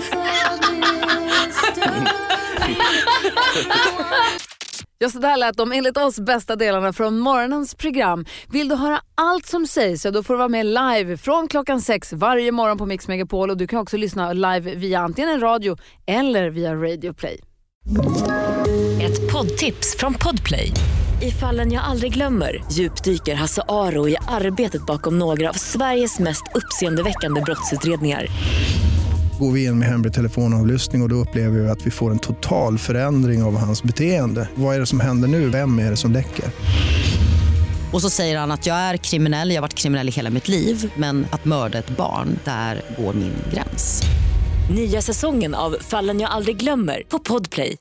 Ja, så där lät de enligt oss bästa delarna från morgonens program. Vill du höra allt som sägs så då får du vara med live från klockan sex varje morgon på Mix Megapol. Och du kan också lyssna live via antingen en radio eller via Radio Play. Ett poddtips från Podplay. I Fallen jag aldrig glömmer djupdyker Hasse Aro i arbetet bakom några av Sveriges mest uppseendeväckande brottsutredningar. Går vi in med hemlig telefonavlyssning och, och då upplever vi att vi får en total förändring av hans beteende. Vad är det som händer nu? Vem är det som läcker? Och så säger han att jag är kriminell, jag har varit kriminell i hela mitt liv. Men att mörda ett barn, där går min gräns. Nya säsongen av Fallen jag aldrig glömmer på Podplay.